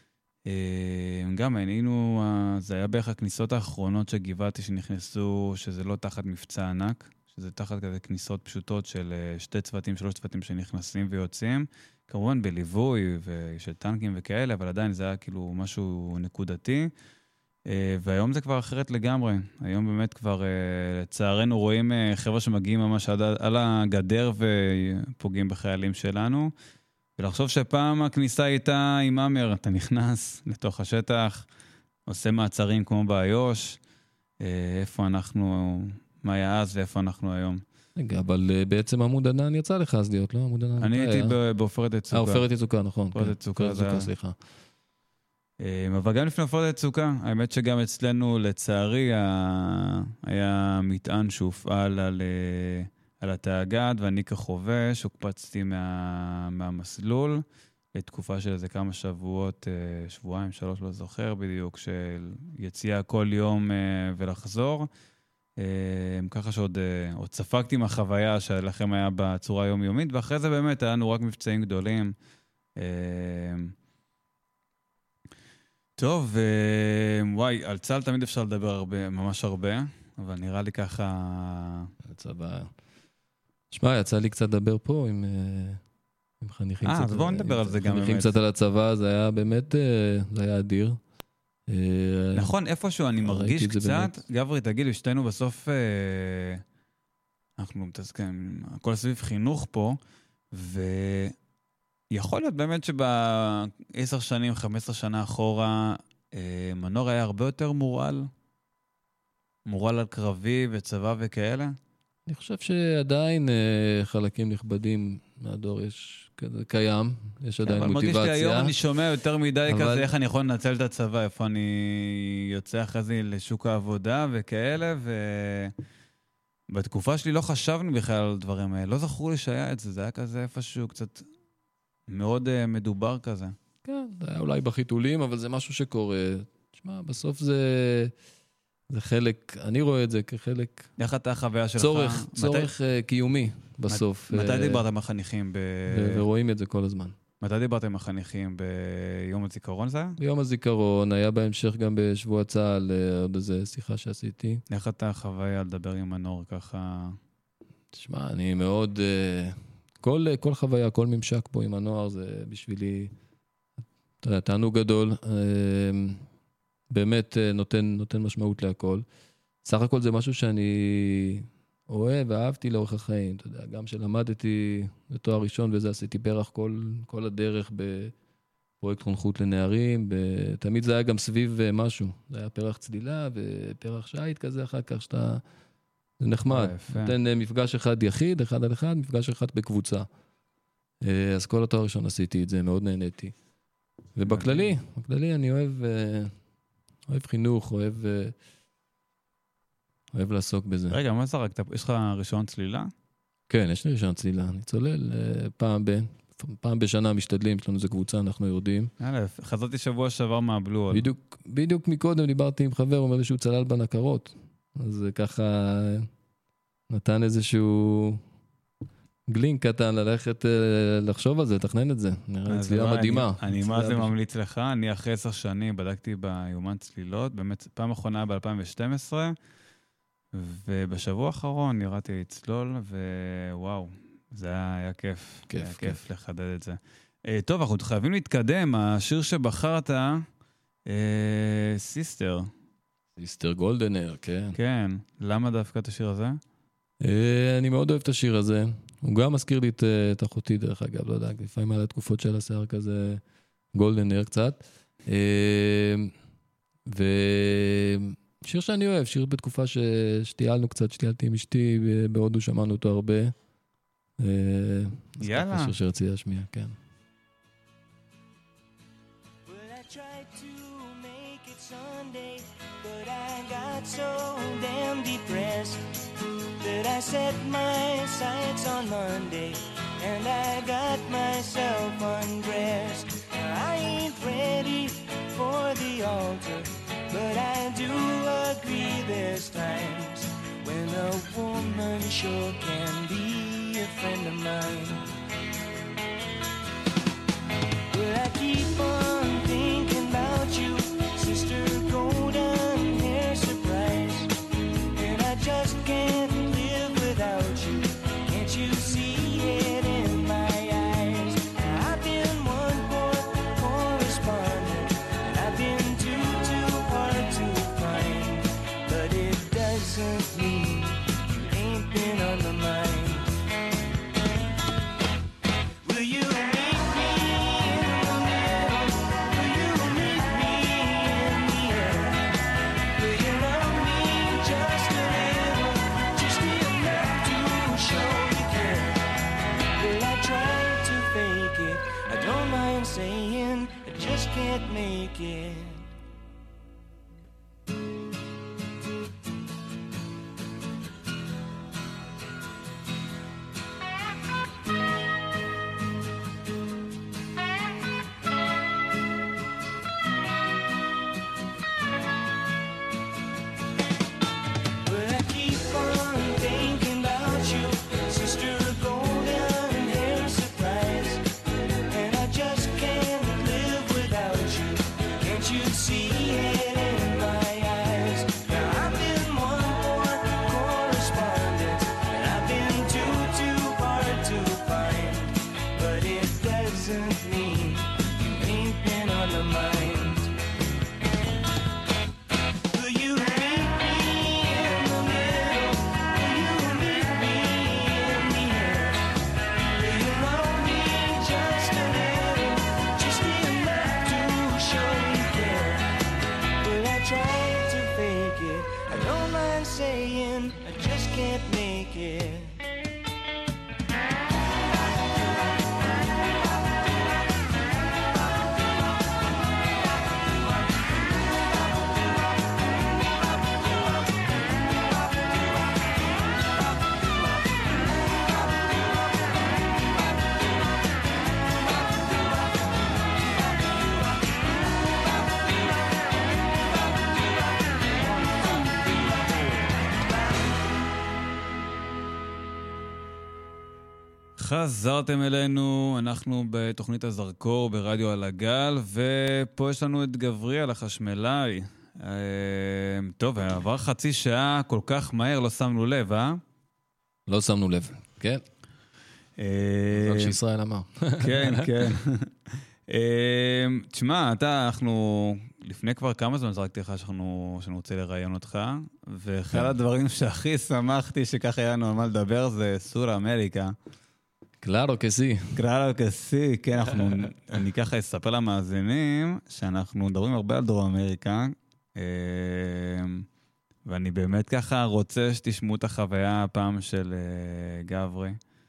Speaker 6: גם היינו, זה היה בערך הכניסות האחרונות שגיבעתי שנכנסו, שזה לא תחת מבצע ענק, שזה תחת כזה כניסות פשוטות של שתי צוותים, שלוש צוותים שנכנסים ויוצאים, כמובן בליווי ושל טנקים וכאלה, אבל עדיין זה היה כאילו משהו נקודתי, והיום זה כבר אחרת לגמרי. היום באמת כבר לצערנו רואים חבר'ה שמגיעים ממש עד, על הגדר ופוגעים בחיילים שלנו, ולחשוב שפעם הכניסה הייתה עם אמר, אתה נכנס לתוך השטח, עושה מעצרים כמו באיו"ש, איפה אנחנו... מה היה אז ואיפה אנחנו היום. רגע, אבל בעצם עמוד ענן יצא לך אז להיות, לא? עמוד ענן...
Speaker 3: אני הייתי בעופרת יצוקה.
Speaker 6: אה, עופרת יצוקה, נכון.
Speaker 3: עופרת יצוקה,
Speaker 6: סליחה.
Speaker 3: אבל גם לפני עופרת יצוקה, האמת שגם אצלנו לצערי היה מטען שהופעל על, על התאגד, ואני כחובש הוקפצתי מה, מהמסלול, לתקופה של איזה כמה שבועות, שבועיים, שלוש, לא זוכר בדיוק, של יציאה כל יום ולחזור. ככה שעוד עוד ספקתי מהחוויה שלכם היה בצורה יומיומית, ואחרי זה באמת היה לנו רק מבצעים גדולים. טוב, וואי, על צה"ל תמיד אפשר לדבר הרבה, ממש הרבה, אבל נראה לי ככה...
Speaker 6: הצבא... שמע, יצא לי קצת לדבר פה עם, עם חניכים
Speaker 3: אה,
Speaker 6: קצת...
Speaker 3: אז בואו נדבר על זה גם באמת.
Speaker 6: חניכים קצת על הצבא, זה היה באמת, זה היה אדיר.
Speaker 3: נכון, איפשהו אני מרגיש קצת, גברי, תגיד לי, שתינו בסוף, אנחנו מתעסקים, הכל סביב חינוך פה, ו... יכול להיות באמת שבעשר שנים, חמש עשרה שנה אחורה, מנור היה הרבה יותר מורל? מורל על קרבי וצבא וכאלה?
Speaker 6: אני חושב שעדיין חלקים נכבדים מהדור יש כזה קיים, יש עדיין מוטיבציה. אבל
Speaker 3: מרגיש לי היום אני שומע יותר מדי כזה, איך אני יכול לנצל את הצבא, איפה אני יוצא אחרי זה לשוק העבודה וכאלה, ובתקופה שלי לא חשבנו בכלל על דברים האלה, לא זכרו לי שהיה את זה, זה היה כזה איפשהו קצת... מאוד uh, מדובר כזה.
Speaker 6: כן, זה היה אולי בחיתולים, אבל זה משהו שקורה. תשמע, בסוף זה, זה חלק, אני רואה את זה כחלק...
Speaker 3: איך אתה החוויה שלך?
Speaker 6: צורך,
Speaker 3: מתי...
Speaker 6: צורך uh, קיומי בסוף.
Speaker 3: מת, מתי דיברת עם החניכים? ב...
Speaker 6: ו- ורואים את זה כל הזמן.
Speaker 3: מתי דיברת עם החניכים? ביום הזיכרון זה היה?
Speaker 6: ביום הזיכרון, היה בהמשך גם בשבוע צה"ל, עוד איזה שיחה שעשיתי.
Speaker 3: איך אתה החוויה לדבר עם מנור ככה?
Speaker 6: תשמע, אני מאוד... Uh, כל, כל חוויה, כל ממשק פה עם הנוער, זה בשבילי, אתה יודע, תענוג גדול, באמת נותן, נותן משמעות להכל. סך הכל זה משהו שאני אוהב ואהבתי לאורך החיים, אתה יודע, גם שלמדתי בתואר ראשון וזה, עשיתי פרח כל, כל הדרך בפרויקט חונכות לנערים, תמיד זה היה גם סביב משהו, זה היה פרח צלילה ופרח שייט כזה אחר כך שאתה... זה נחמד, נותן מפגש אחד יחיד, אחד על אחד, מפגש אחד בקבוצה. אז כל התואר ראשון עשיתי את זה, מאוד נהניתי. ובכללי, בכללי אני אוהב, אוהב חינוך, אוהב, אוהב לעסוק בזה.
Speaker 3: רגע, מה זרקת? יש לך רישיון צלילה?
Speaker 6: כן, יש לי רישיון צלילה. אני צולל פעם ב... פעם בשנה משתדלים, יש לנו איזה קבוצה, אנחנו יורדים.
Speaker 3: יאללה, חזרתי שבוע שעבר מהבלו.
Speaker 6: בדיוק, בדיוק מקודם דיברתי עם חבר, הוא אומר לי שהוא צלל בנקרות. אז ככה נתן איזשהו גלינק קטן ללכת לחשוב על זה, לתכנן את זה. נראה לי צלילה מדהימה.
Speaker 3: אני מה זה ממליץ לך, אני אחרי עשר שנים בדקתי ביומן צלילות, באמת פעם אחרונה ב-אלפיים ושתים עשרה, ובשבוע האחרון נראיתי לצלול, ווואו, זה היה כיף.
Speaker 6: כיף,
Speaker 3: היה כיף לחדד את זה. טוב, אנחנו חייבים להתקדם, השיר שבחרת, סיסטר.
Speaker 6: סיסטר גולדנר, כן.
Speaker 3: כן, למה דווקא את השיר הזה?
Speaker 6: אני מאוד אוהב את השיר הזה. הוא גם מזכיר לי את, את אחותי, דרך אגב, לא יודע, לפעמים על התקופות של השיער כזה, גולדנר קצת. ושיר שאני אוהב, שיר בתקופה ששתיילנו קצת, שתיילתי עם אשתי, בהודו שמענו אותו הרבה.
Speaker 3: יאללה.
Speaker 6: אז שיר שרציתי להשמיע, כן.
Speaker 8: So damn depressed that I set my sights on Monday and I got myself undressed. I ain't ready for the altar, but I do agree there's times when a woman sure can be a friend of mine. But I keep on thinking about you, sister golden hair surprise, and I just can't live without you. Can't you see it in my eyes? I've been one poor correspondent, and I've been too, too hard to find, but it doesn't mean you ain't been on my mind. I don't mind saying I just can't make it.
Speaker 3: חזרתם אלינו, אנחנו בתוכנית הזרקור ברדיו על הגל, ופה יש לנו את גבריאל החשמלאי. טוב, עבר חצי שעה כל כך מהר, לא שמנו לב, אה?
Speaker 6: לא שמנו לב, כן. זאת שישראל אמר.
Speaker 3: כן, כן. תשמע, אתה, אנחנו, לפני כבר כמה זמן זרקתי לך שאנחנו רוצה לראיין אותך, ואחד הדברים שהכי שמחתי שכך היה לנו על מה לדבר זה סור אמריקה.
Speaker 6: קלארו כסי.
Speaker 3: קלארו כסי, כן, אנחנו, אני ככה אספר למאזינים שאנחנו מדברים הרבה על דרום אמריקה, ואני באמת ככה רוצה שתשמעו את החוויה הפעם של גברי,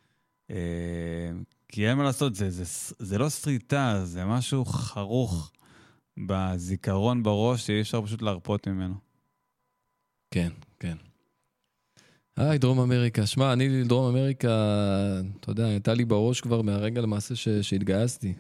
Speaker 3: כי אין מה לעשות, זה, זה, זה לא סריטה, זה משהו חרוך בזיכרון בראש שאי אפשר פשוט להרפות ממנו.
Speaker 6: כן, כן. היי, דרום אמריקה. שמע, אני דרום אמריקה, אתה יודע, הייתה לי בראש כבר מהרגע למעשה ש, שהתגייסתי.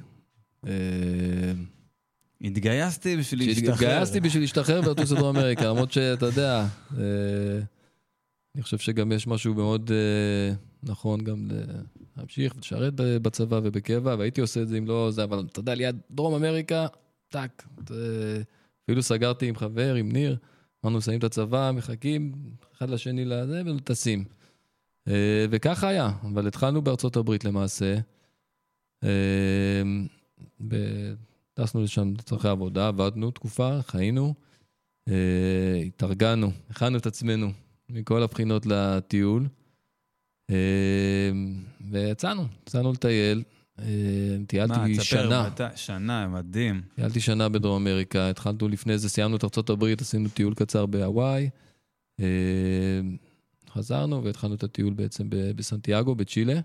Speaker 3: התגייסתי בשביל להשתחרר.
Speaker 6: התגייסתי בשביל להשתחרר ולטוס לדרום אמריקה, למרות שאתה יודע, אני חושב שגם יש משהו מאוד נכון גם להמשיך ולשרת בצבא ובקבע, והייתי עושה את זה אם לא זה, אבל אתה יודע, ליד דרום אמריקה, טק, אפילו סגרתי עם חבר, עם ניר, אמרנו, שמים את הצבא, מחכים אחד לשני לזה ונטסים. וככה היה, אבל התחלנו בארצות הברית למעשה. טסנו לשם לצרכי עבודה, עבדנו תקופה, חיינו, התארגנו, הכנו את עצמנו מכל הבחינות לטיול, ויצאנו, יצאנו לטייל. טיילתי שנה.
Speaker 3: שנה, מדהים.
Speaker 6: טיילתי שנה בדרום אמריקה, התחלנו לפני זה, סיימנו את ארצות הברית, עשינו טיול קצר בהוואי, חזרנו והתחלנו את הטיול בעצם בסנטיאגו, בצ'ילה.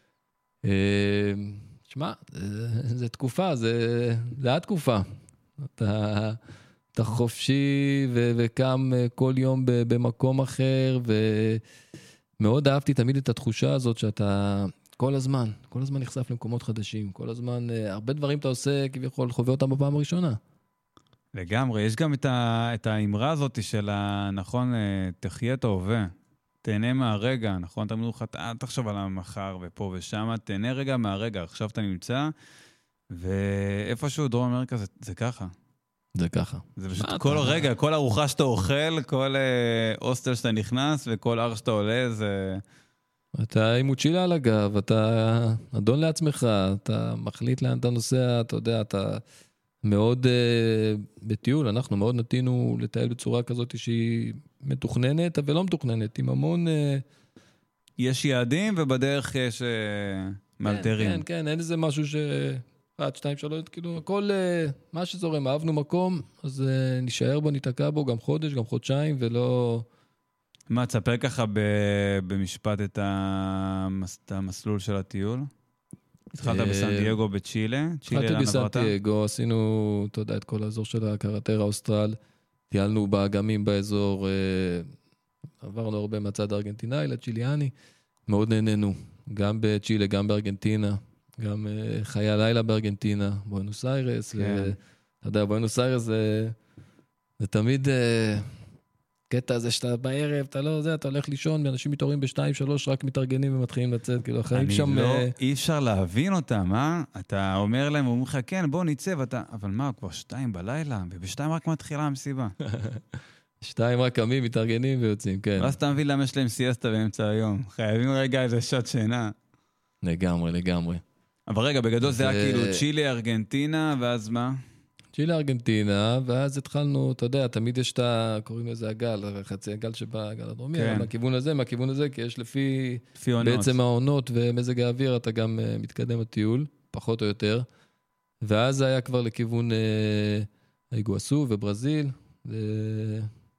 Speaker 6: שמע, זה תקופה, זה התקופה. אתה, אתה חופשי ו- וקם כל יום במקום אחר, ומאוד אהבתי תמיד את התחושה הזאת שאתה כל הזמן, כל הזמן נחשף למקומות חדשים, כל הזמן, הרבה דברים אתה עושה, כביכול, חווה אותם בפעם הראשונה.
Speaker 3: לגמרי, יש גם את, ה, את האמרה הזאת של, נכון, תחיה את ההווה, תהנה מהרגע, נכון, תמיד לך, אל תחשוב על המחר ופה ושם, תהנה רגע מהרגע, עכשיו אתה נמצא, ואיפשהו דרום אמריקה זה, זה ככה.
Speaker 6: זה ככה.
Speaker 3: זה פשוט כל אתה... רגע, כל ארוחה שאתה אוכל, כל אוסטל שאתה נכנס, וכל אר שאתה עולה, זה...
Speaker 6: אתה עם מוצ'ילה על הגב, אתה אדון לעצמך, אתה מחליט לאן אתה נוסע, אתה יודע, אתה מאוד uh, בטיול, אנחנו מאוד נתינו לטייל בצורה כזאת שהיא מתוכננת, אבל לא מתוכננת, עם המון... Uh...
Speaker 3: יש יעדים ובדרך יש uh, מאלתרים.
Speaker 6: כן, כן, כן, אין איזה משהו ש... עד שתיים, שלוש, כאילו, הכל, uh, מה שזורם, אהבנו מקום, אז uh, נשאר בו, נתעקע בו גם חודש, גם חודשיים, ולא...
Speaker 3: מה, תספר ככה במשפט את המסלול של הטיול? התחלת בסנטיאגו בצ'ילה?
Speaker 6: התחלתי בסנטיאגו, עשינו, אתה יודע, את כל האזור של הקרטרה אוסטרל, טיילנו באגמים באזור, עברנו הרבה מהצד הארגנטינאי לצ'יליאני, מאוד נהנינו, גם בצ'ילה, גם בארגנטינה, גם חיי הלילה בארגנטינה, בואנוס איירס, אתה יודע, בואנוס איירס זה תמיד... קטע הזה שאתה בערב, אתה לא, זה, אתה הולך לישון, ואנשים מתעוררים בשתיים, שלוש, רק מתארגנים ומתחילים לצאת, כאילו, החיים שם...
Speaker 3: לא, אי אפשר להבין אותם, אה? אתה אומר להם, אומרים לך, כן, בוא ניצא, ואתה... אבל מה, כבר שתיים בלילה, ובשתיים רק מתחילה המסיבה.
Speaker 6: שתיים רק קמים, מתארגנים ויוצאים, כן.
Speaker 3: ואז אתה מבין למה יש להם סיאסטה באמצע היום. חייבים רגע איזה שעת שינה.
Speaker 6: לגמרי, לגמרי.
Speaker 3: אבל רגע, בגדול זה היה כאילו צ'ילה, ארגנטינה, ואז מה?
Speaker 6: צ'ילה, ארגנטינה, ואז התחלנו, אתה יודע, תמיד יש את ה... קוראים לזה הגל, חצי הגל שבא, הגל הדרומי, כן. מהכיוון הזה, מהכיוון הזה, כי יש לפי... לפי עונות. בעצם העונות ומזג האוויר, אתה גם uh, מתקדם הטיול, פחות או יותר, ואז היה כבר לכיוון uh, איגואסו וברזיל,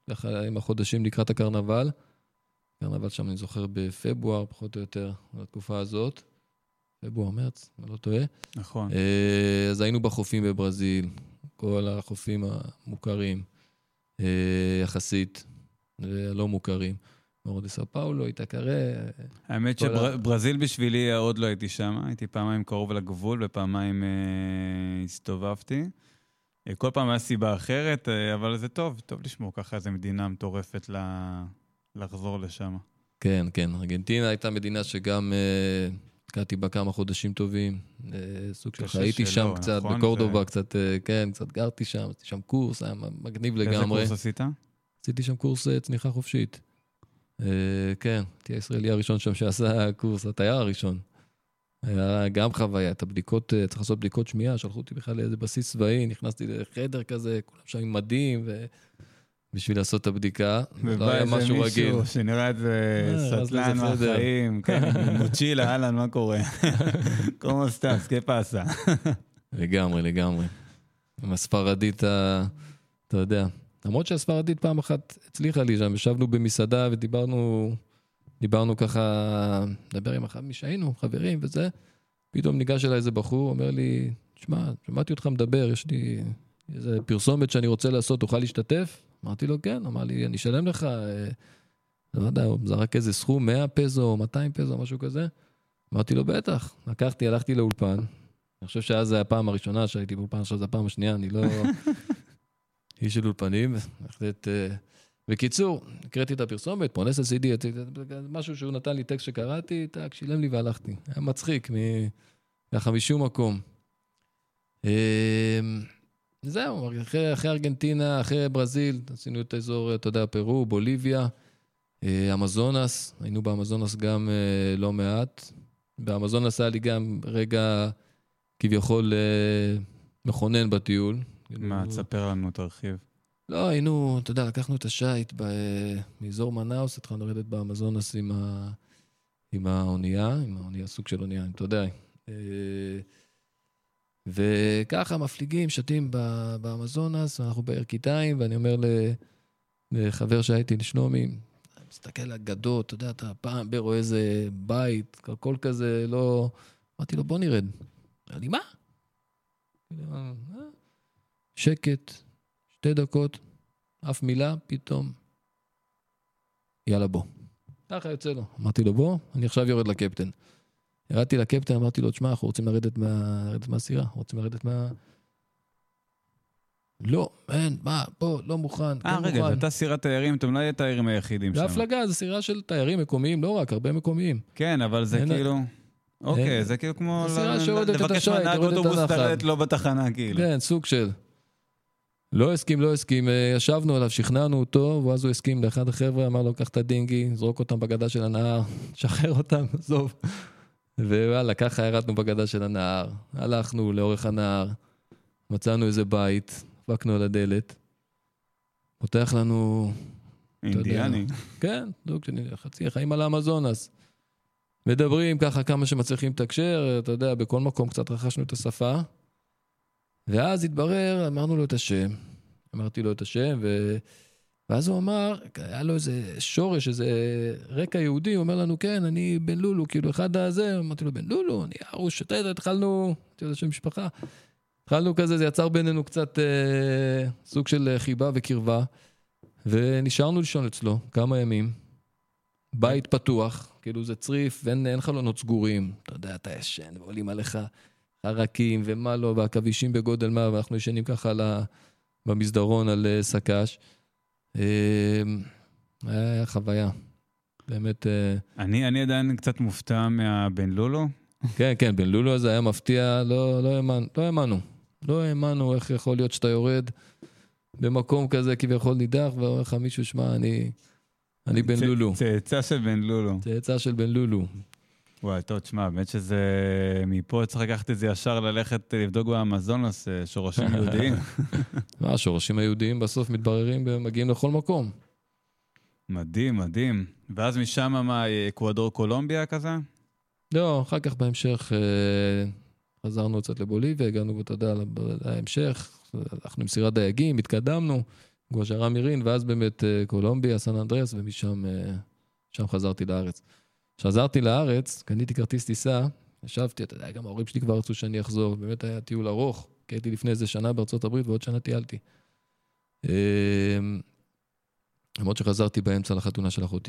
Speaker 6: עם החודשים לקראת הקרנבל. קרנבל שם אני זוכר בפברואר, פחות או יותר, בתקופה הזאת. פברואר, מרץ, אני לא טועה.
Speaker 3: נכון.
Speaker 6: אז היינו בחופים בברזיל, כל החופים המוכרים, יחסית, הלא מוכרים. מורו דה סאו פאולו, איטקרה.
Speaker 3: האמת שברזיל בשבילי עוד לא הייתי שם, הייתי פעמיים קרוב לגבול ופעמיים הסתובבתי. כל פעם היה סיבה אחרת, אבל זה טוב, טוב לשמור ככה איזו מדינה מטורפת לחזור לשם.
Speaker 6: כן, כן. ארגנטינה הייתה מדינה שגם קראתי בה כמה חודשים טובים, סוג שלך, הייתי שם קצת, בקורדובה קצת, כן, קצת גרתי שם, עשיתי שם קורס, היה מגניב לגמרי.
Speaker 3: איזה קורס עשית?
Speaker 6: עשיתי שם קורס צניחה חופשית. כן, תהיה הישראלי הראשון שם שעשה קורס, התייר הראשון. היה גם חוויה, את הבדיקות, צריך לעשות בדיקות שמיעה, שלחו אותי בכלל לאיזה בסיס צבאי, נכנסתי לחדר כזה, כולם שם עם מדים, בשביל לעשות את הבדיקה, לא היה משהו רגיל.
Speaker 3: מישהו שנראה את זה סטלן מהחיים, מוצ'ילה, אהלן, מה קורה? כמו סטאס, כפסה.
Speaker 6: לגמרי, לגמרי. עם הספרדית, אתה יודע, למרות שהספרדית פעם אחת הצליחה לי שם, ישבנו במסעדה ודיברנו, דיברנו ככה, נדבר עם אחד משהיינו, חברים וזה, פתאום ניגש אליי איזה בחור, אומר לי, תשמע, שמעתי אותך מדבר, יש לי איזה פרסומת שאני רוצה לעשות, תוכל להשתתף? אמרתי לו, כן, אמר לי, אני אשלם לך, לא יודע, הוא זרק איזה סכום, מאה פזו, מאתיים פזו, משהו כזה. אמרתי לו, בטח. לקחתי, הלכתי לאולפן. אני חושב שאז זה הפעם הראשונה שהייתי באולפן, עכשיו זה הפעם השנייה, אני לא... איש של אולפנים. בקיצור, הקראתי את הפרסומת, פרונס אל-סידי, משהו שהוא נתן לי טקסט שקראתי, טק, שילם לי והלכתי. היה מצחיק, ככה משום מקום. זהו, אחרי, אחרי ארגנטינה, אחרי ברזיל, עשינו את האזור, אתה יודע, פרו, בוליביה, אמזונס, היינו באמזונס גם לא מעט. באמזונס היה לי גם רגע כביכול מכונן בטיול.
Speaker 3: מה, תספר לנו, תרחיב.
Speaker 6: לא, היינו, אתה יודע, לקחנו את השייט באזור מנאוס, התחלנו לרדת באמזונס עם, ה... עם האונייה, עם האונייה, סוג של אונייה, אתה יודע. וככה מפליגים, שתים באמזונס, ואנחנו בירכיתיים, ואני אומר לחבר שהייתי, לשלומי, מסתכל על גדות, אתה יודע, אתה פעם ברואה איזה בית, כל כזה, לא... אמרתי לו, בוא נרד. אמר לי, מה? שקט, שתי דקות, אף מילה, פתאום, יאללה בוא. ככה יוצא לו. אמרתי לו, בוא, אני עכשיו יורד לקפטן. ירדתי לקפטן, אמרתי לו, תשמע, אנחנו רוצים לרדת מה... לרדת מהסירה, רוצים לרדת מה... לא, אין, מה, בוא, לא מוכן,
Speaker 3: אה, רגע, זו הייתה סירת תיירים, אתם לא היו תיירים היחידים שם.
Speaker 6: להפלגה, זו סירה של תיירים מקומיים, לא רק, הרבה מקומיים.
Speaker 3: כן, אבל זה כאילו... אוקיי, זה כאילו כמו...
Speaker 6: סירה שעודת את השייט,
Speaker 3: לבקש מנהג אוטובוס תרדת לא בתחנה, כאילו.
Speaker 6: כן, סוג של... לא הסכים, לא הסכים, ישבנו עליו, שכנענו אותו, ואז הוא הסכים לאחד החבר'ה, אמר לו, קח את הדינגי, זרוק אותם בגדה של הנהר, שחרר אותם, עזוב. ווואלה, ככה ירדנו בגדה של הנהר, הלכנו לאורך הנהר, מצאנו איזה בית, דפקנו על הדלת, פותח לנו...
Speaker 3: אינדיאני.
Speaker 6: כן, זוג שני, חצי, חיים על האמזונס. מדברים ככה כמה שמצליחים לתקשר, אתה יודע, בכל מקום קצת רכשנו את השפה, ואז התברר, אמרנו לו את השם, אמרתי לו את השם, ו... ואז הוא אמר, היה לו איזה שורש, איזה רקע יהודי, הוא אומר לנו, כן, אני בן לולו, כאילו אחד הזה, אמרתי לו, בן לולו, אני ארוש, אתה התחלנו, הייתי יודע שם משפחה, התחלנו כזה, זה יצר בינינו קצת אה, סוג של חיבה וקרבה, ונשארנו לישון אצלו כמה ימים, בית פתוח, כאילו זה צריף, ואין אין חלונות סגורים, אתה יודע, אתה ישן, ועולים עליך חרקים ומה לא, והכבישים בגודל מה, ואנחנו ישנים ככה על ה... במסדרון על סקש. היה חוויה, באמת...
Speaker 3: אני, אני עדיין קצת מופתע מהבן לולו.
Speaker 6: כן, כן, בן לולו הזה היה מפתיע, לא, לא האמנו, לא האמנו. לא האמנו איך יכול להיות שאתה יורד במקום כזה כביכול נידח, ואומר לך מישהו, שמע, אני, אני בן לולו.
Speaker 3: צאצא של בן לולו.
Speaker 6: צאצא של בן לולו.
Speaker 3: וואי, טוב, תשמע, באמת שזה... מפה צריך לקחת את זה ישר ללכת לבדוק באמזונס, שורשים יהודיים.
Speaker 6: מה, השורשים היהודיים בסוף מתבררים ומגיעים לכל מקום.
Speaker 3: מדהים, מדהים. ואז משם מה, אקוודור קולומביה כזה?
Speaker 6: לא, אחר כך בהמשך חזרנו קצת לבוליביה, הגענו, אתה יודע, להמשך, הלכנו עם סירת דייגים, התקדמנו, גואז'רה מירין, ואז באמת קולומביה, סן אנדריאס, ומשם שם חזרתי לארץ. כשחזרתי לארץ, קניתי כרטיס טיסה, ישבתי, אתה יודע, גם ההורים שלי כבר רצו שאני אחזור, באמת היה טיול ארוך, כי הייתי לפני איזה שנה בארצות הברית, ועוד שנה טיילתי. למרות שחזרתי באמצע לחתונה של אחותי.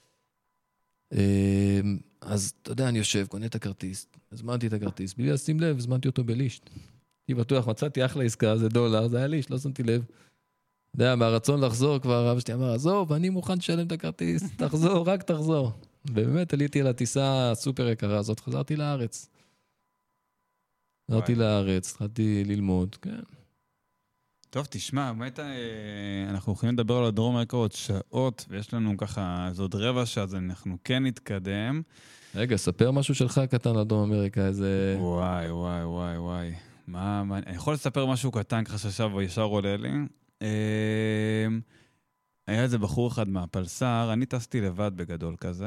Speaker 6: אז אתה יודע, אני יושב, קונה את הכרטיס, הזמנתי את הכרטיס, בלי לשים לב, הזמנתי אותו בלישט. הייתי בטוח, מצאתי אחלה עסקה, זה דולר, זה היה לישט, לא שמתי לב. אתה יודע, מהרצון לחזור כבר, אבא שלי אמר, עזוב, אני מוכן לשלם את הכרטיס, תחזור, רק תחזור. ובאמת עליתי על הטיסה הסופר יקרה הזאת, חזרתי לארץ. חזרתי לארץ, התחלתי ללמוד, כן.
Speaker 3: טוב, תשמע, באמת אנחנו יכולים לדבר על הדרום אמריקה עוד שעות, ויש לנו ככה, זה עוד רבע שעה, אז אנחנו כן נתקדם.
Speaker 6: רגע, ספר משהו שלך קטן לדרום אמריקה, איזה...
Speaker 3: וואי, וואי, וואי, וואי. מה, מה, אני יכול לספר משהו קטן ככה ששב וישר עולה לי? היה איזה בחור אחד מהפלסר, אני טסתי לבד בגדול כזה,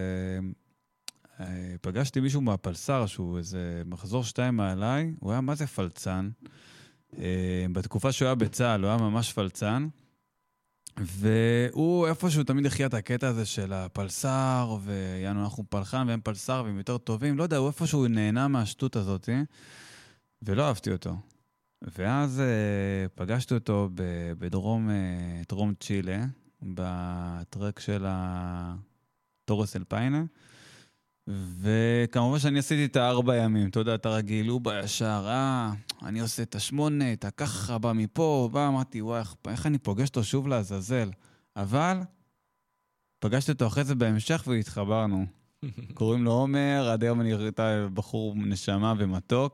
Speaker 3: ופגשתי מישהו מהפלסר, שהוא איזה מחזור שתיים מעליי, הוא היה מה זה פלצן, בתקופה שהוא היה בצהל, הוא היה ממש פלצן, והוא איפשהו תמיד החיה את הקטע הזה של הפלסר, ויאנו אנחנו פלחן והם פלסר והם יותר טובים, לא יודע, הוא איפשהו נהנה מהשטות הזאת, ולא אהבתי אותו. ואז uh, פגשתי אותו בדרום uh, דרום צ'ילה, בטרק של הטורס אל פיינה, וכמובן שאני עשיתי את הארבע ימים, אתה יודע, אתה רגיל, הוא בישר, אה, אני עושה את השמונה, את הככה, בא מפה, בא, אמרתי, וואי, איך אני פוגש אותו שוב לעזאזל? אבל פגשתי אותו אחרי זה בהמשך והתחברנו. קוראים לו עומר, עד היום אני ראיתה בחור נשמה ומתוק,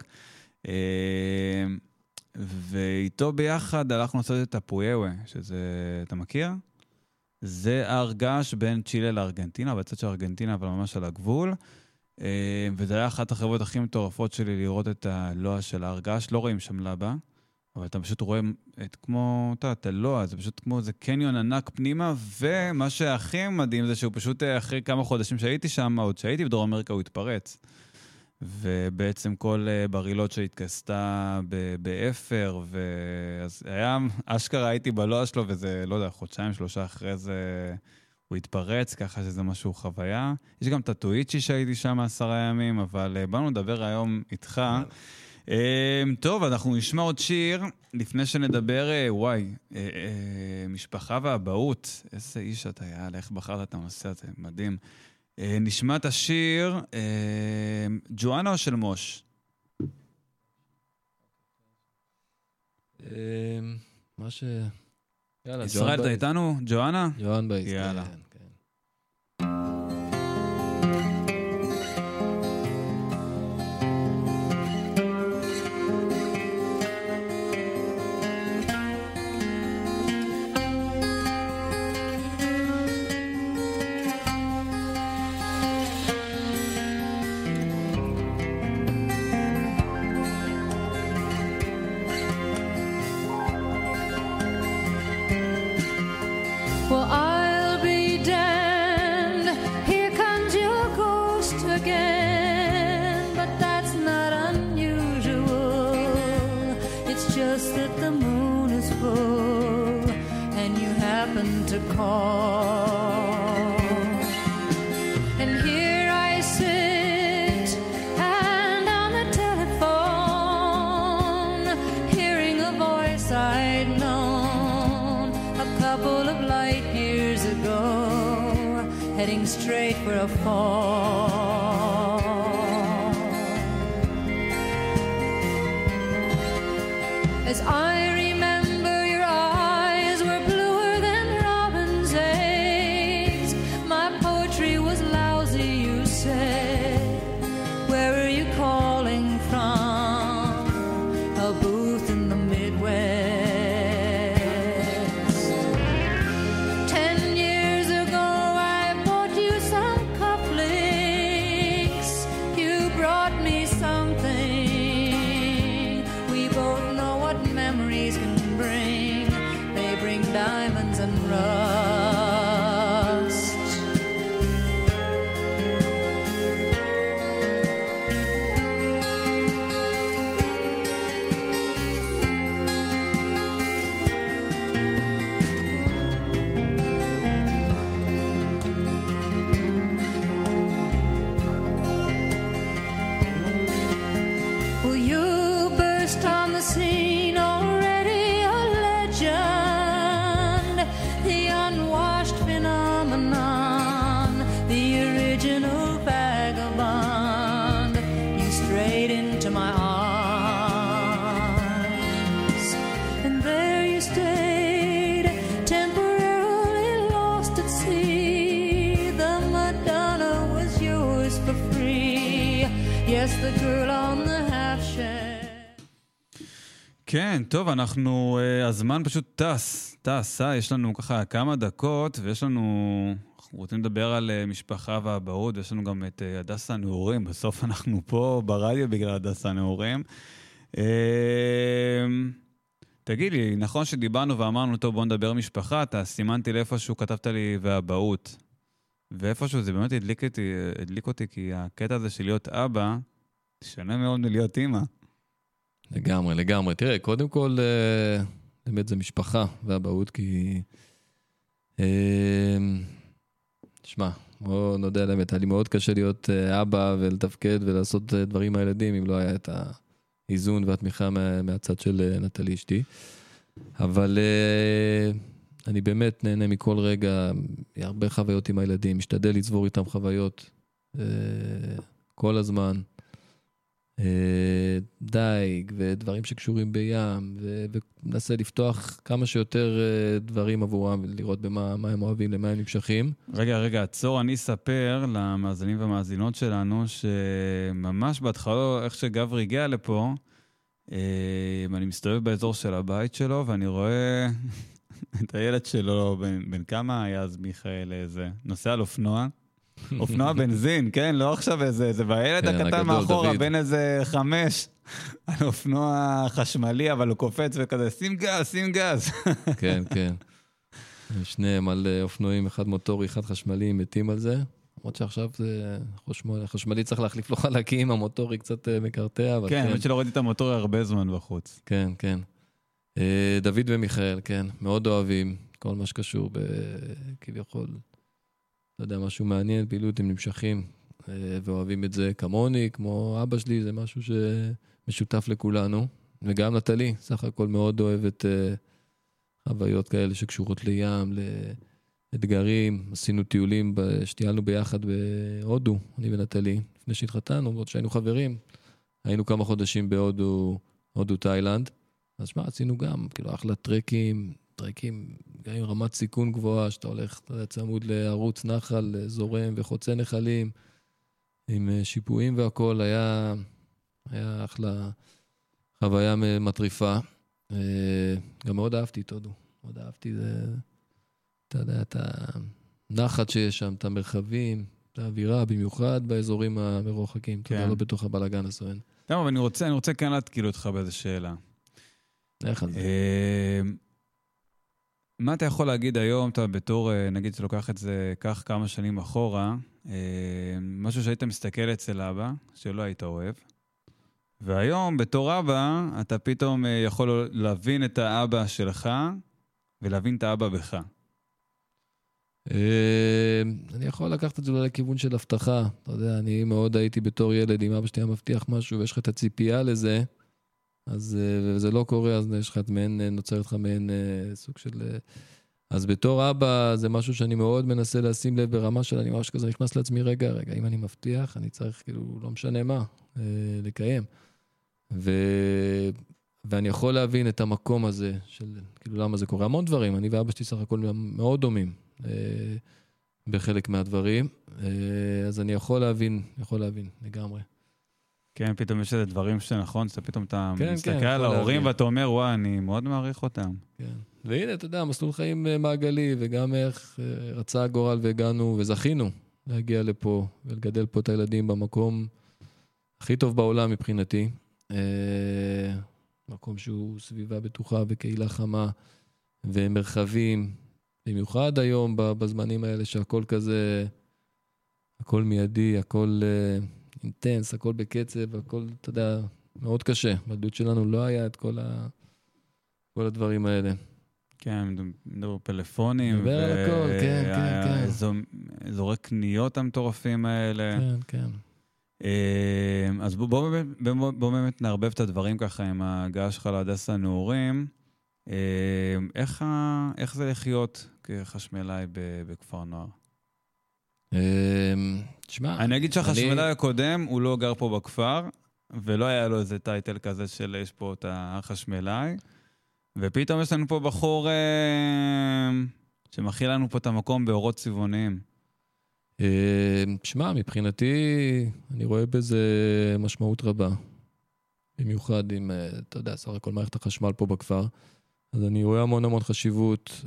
Speaker 3: ואיתו ביחד הלכנו לעשות את הפויאווה, שזה, אתה מכיר? זה ההרגש בין צ'ילה לארגנטינה, בצד של ארגנטינה, אבל ממש על הגבול, וזה היה אחת החברות הכי מטורפות שלי לראות את הלוע של ההרגש, לא רואים שם לבה, אבל אתה פשוט רואה את כמו, אתה, את הלוע, זה פשוט כמו איזה קניון ענק פנימה, ומה שהכי מדהים זה שהוא פשוט אחרי כמה חודשים שהייתי שם, עוד שהייתי בדרום אמריקה הוא התפרץ. ובעצם כל ברילות שהתכסתה באפר, ואז היה, אשכרה הייתי בלוע שלו, וזה, לא יודע, חודשיים, שלושה אחרי זה הוא התפרץ, ככה שזה משהו חוויה. יש גם טטואיצ'י שהייתי שם עשרה ימים, אבל באנו לדבר היום איתך. טוב, אנחנו נשמע עוד שיר, לפני שנדבר, וואי, משפחה ואבהות, איזה איש אתה היה, איך בחרת את הנושא הזה, מדהים. נשמע את השיר, ג'ואנה או של מוש?
Speaker 6: מה ש...
Speaker 3: ישראל, אתה איתנו? ג'ואנה?
Speaker 6: ג'ואן בייס,
Speaker 3: יאללה.
Speaker 9: Straight for a fall. As I remember, your eyes were bluer than robin's eggs. My poetry was lousy, you said. Where are you calling from? A booth in the Midwest. Memory unwashed phenomenon, the original vagabond. You strayed into my arms, and there you stayed, temporarily lost at sea. The Madonna was yours for free. Yes, the girl on the half shell.
Speaker 3: כן, טוב, אנחנו, הזמן פשוט טס, טס, יש לנו ככה כמה דקות, ויש לנו, אנחנו רוצים לדבר על משפחה ואבהות, ויש לנו גם את הדסה הנעורים, בסוף אנחנו פה ברדיו בגלל הדסה הנעורים. תגיד לי, נכון שדיברנו ואמרנו, טוב, בוא נדבר משפחה, אתה סימנתי לאיפשהו, כתבת לי ואבהות, ואיפשהו זה באמת הדליק אותי, הדליק אותי, כי הקטע הזה של להיות אבא, שונה מאוד מלהיות אמא.
Speaker 6: לגמרי, לגמרי. תראה, קודם כל, באמת זה משפחה ואבהות, כי... תשמע, בוא נודע על האמת, היה לי מאוד קשה להיות אבא ולתפקד ולעשות דברים מהילדים, אם לא היה את האיזון והתמיכה מהצד של נטלי אשתי. אבל אני באמת נהנה מכל רגע, הרבה חוויות עם הילדים, משתדל לצבור איתם חוויות כל הזמן. דייג ודברים שקשורים בים, ומנסה לפתוח כמה שיותר דברים עבורם ולראות במה מה הם אוהבים, למה הם נמשכים.
Speaker 3: רגע, רגע, עצור, אני אספר למאזינים והמאזינות שלנו שממש בהתחלה, איך שגברי הגיע לפה, אני מסתובב באזור של הבית שלו ואני רואה את הילד שלו, בן, בן כמה היה אז מיכאל, איזה נוסע על אופנוע, אופנוע בנזין, כן, לא עכשיו איזה, זה והילד
Speaker 6: כן,
Speaker 3: הקטן
Speaker 6: הגדול,
Speaker 3: מאחורה,
Speaker 6: דוד.
Speaker 3: בין איזה חמש, על אופנוע חשמלי, אבל הוא קופץ וכזה, שים גז, שים גז.
Speaker 6: כן, כן. שניהם על אופנועים, אחד מוטורי, אחד חשמלי, מתים על זה. למרות שעכשיו זה חשמלי, חשמלי צריך להחליף לו חלקים, המוטורי קצת מקרטע, אבל
Speaker 3: כן,
Speaker 6: כן.
Speaker 3: האמת שלא ראיתי את המוטורי הרבה זמן בחוץ.
Speaker 6: כן, כן. אה, דוד ומיכאל, כן, מאוד אוהבים כל מה שקשור בכביכול, לא יודע, משהו מעניין, פעילות הם נמשכים, אה, ואוהבים את זה כמוני, כמו אבא שלי, זה משהו שמשותף לכולנו, וגם נטלי, סך הכל מאוד אוהבת אה, חוויות כאלה שקשורות לים, לאתגרים, עשינו טיולים, שטיילנו ביחד בהודו, אני ונטלי, לפני שהתחתנו, עוד שהיינו חברים, היינו כמה חודשים בהודו, הודו תאילנד, אז שמה, עשינו גם, כאילו, אחלה טרקים, טרקים, גם עם רמת סיכון גבוהה, שאתה הולך, אתה יודע, צמוד לערוץ נחל, זורם וחוצה נחלים, עם שיפועים והכל, היה, היה אחלה חוויה מטריפה. גם מאוד אהבתי את הודו, מאוד אהבתי, זה, אתה יודע, את הנחת שיש שם, את המרחבים, את האווירה, במיוחד באזורים המרוחקים, אתה יודע, לא בתוך הבלגן הסואן.
Speaker 3: טוב, אבל אני רוצה, אני רוצה כאן להתקיל אותך באיזו שאלה.
Speaker 6: איך על זה?
Speaker 3: מה אתה יכול להגיד היום, אתה בתור, נגיד שלוקח את זה, כך כמה שנים אחורה, משהו שהיית מסתכל אצל אבא, שלא היית אוהב, והיום בתור אבא, אתה פתאום יכול להבין את האבא שלך, ולהבין את האבא בך.
Speaker 6: אני יכול לקחת את זה לכיוון של הבטחה, אתה יודע, אני מאוד הייתי בתור ילד, אם אבא שלי היה מבטיח משהו, ויש לך את הציפייה לזה, אז זה לא קורה, אז יש לך את מעין, נוצר לך מעין סוג של... אז בתור אבא, זה משהו שאני מאוד מנסה לשים לב ברמה של, אני ממש כזה נכנס לעצמי, רגע, רגע, אם אני מבטיח, אני צריך, כאילו, לא משנה מה, לקיים. ו... ואני יכול להבין את המקום הזה, של, כאילו, למה זה קורה. המון דברים, אני ואבא שלי סך הכל מאוד דומים, בחלק מהדברים, אז אני יכול להבין, יכול להבין, לגמרי.
Speaker 3: כן, פתאום יש איזה דברים שנכון, שאתה פתאום אתה
Speaker 6: כן,
Speaker 3: מסתכל
Speaker 6: כן,
Speaker 3: על ההורים
Speaker 6: להבין.
Speaker 3: ואתה אומר, וואי, אני מאוד מעריך אותם.
Speaker 6: כן. והנה, אתה יודע, מסלול חיים מעגלי, וגם איך רצה הגורל והגענו וזכינו להגיע לפה ולגדל פה את הילדים במקום הכי טוב בעולם מבחינתי. מקום שהוא סביבה בטוחה וקהילה חמה ומרחבים, במיוחד היום בזמנים האלה שהכל כזה, הכל מיידי, הכל אינטנס, הכל בקצב, הכל, אתה יודע, מאוד קשה. בילדות שלנו לא היה את כל, ה... כל הדברים האלה.
Speaker 3: כן, מדבר פלאפונים.
Speaker 6: מדבר על הכל, כן, כן, כן.
Speaker 3: אזורי קניות המטורפים האלה.
Speaker 6: כן, כן.
Speaker 3: אז בוא, בוא, בוא, בוא באמת נערבב את הדברים ככה עם ההגעה שלך להדסה הנעורים. איך, איך זה לחיות כחשמלאי בכפר נוער?
Speaker 6: תשמע,
Speaker 3: אני אגיד שהחשמלאי הקודם הוא לא גר פה בכפר, ולא היה לו איזה טייטל כזה של יש פה את החשמלאי, ופתאום יש לנו פה בחור שמכיל לנו פה את המקום באורות צבעוניים.
Speaker 6: תשמע, מבחינתי אני רואה בזה משמעות רבה. במיוחד עם, אתה יודע, סך הכל מערכת החשמל פה בכפר. אז אני רואה המון המון חשיבות,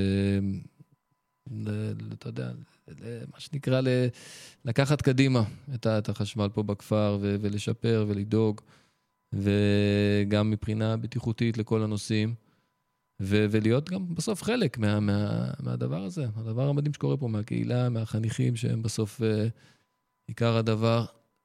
Speaker 6: אתה יודע, מה שנקרא לקחת קדימה את החשמל פה בכפר ולשפר ולדאוג, וגם מבחינה בטיחותית לכל הנושאים, ולהיות גם בסוף חלק מהדבר הזה, הדבר המדהים שקורה פה מהקהילה, מהחניכים שהם בסוף עיקר הדבר,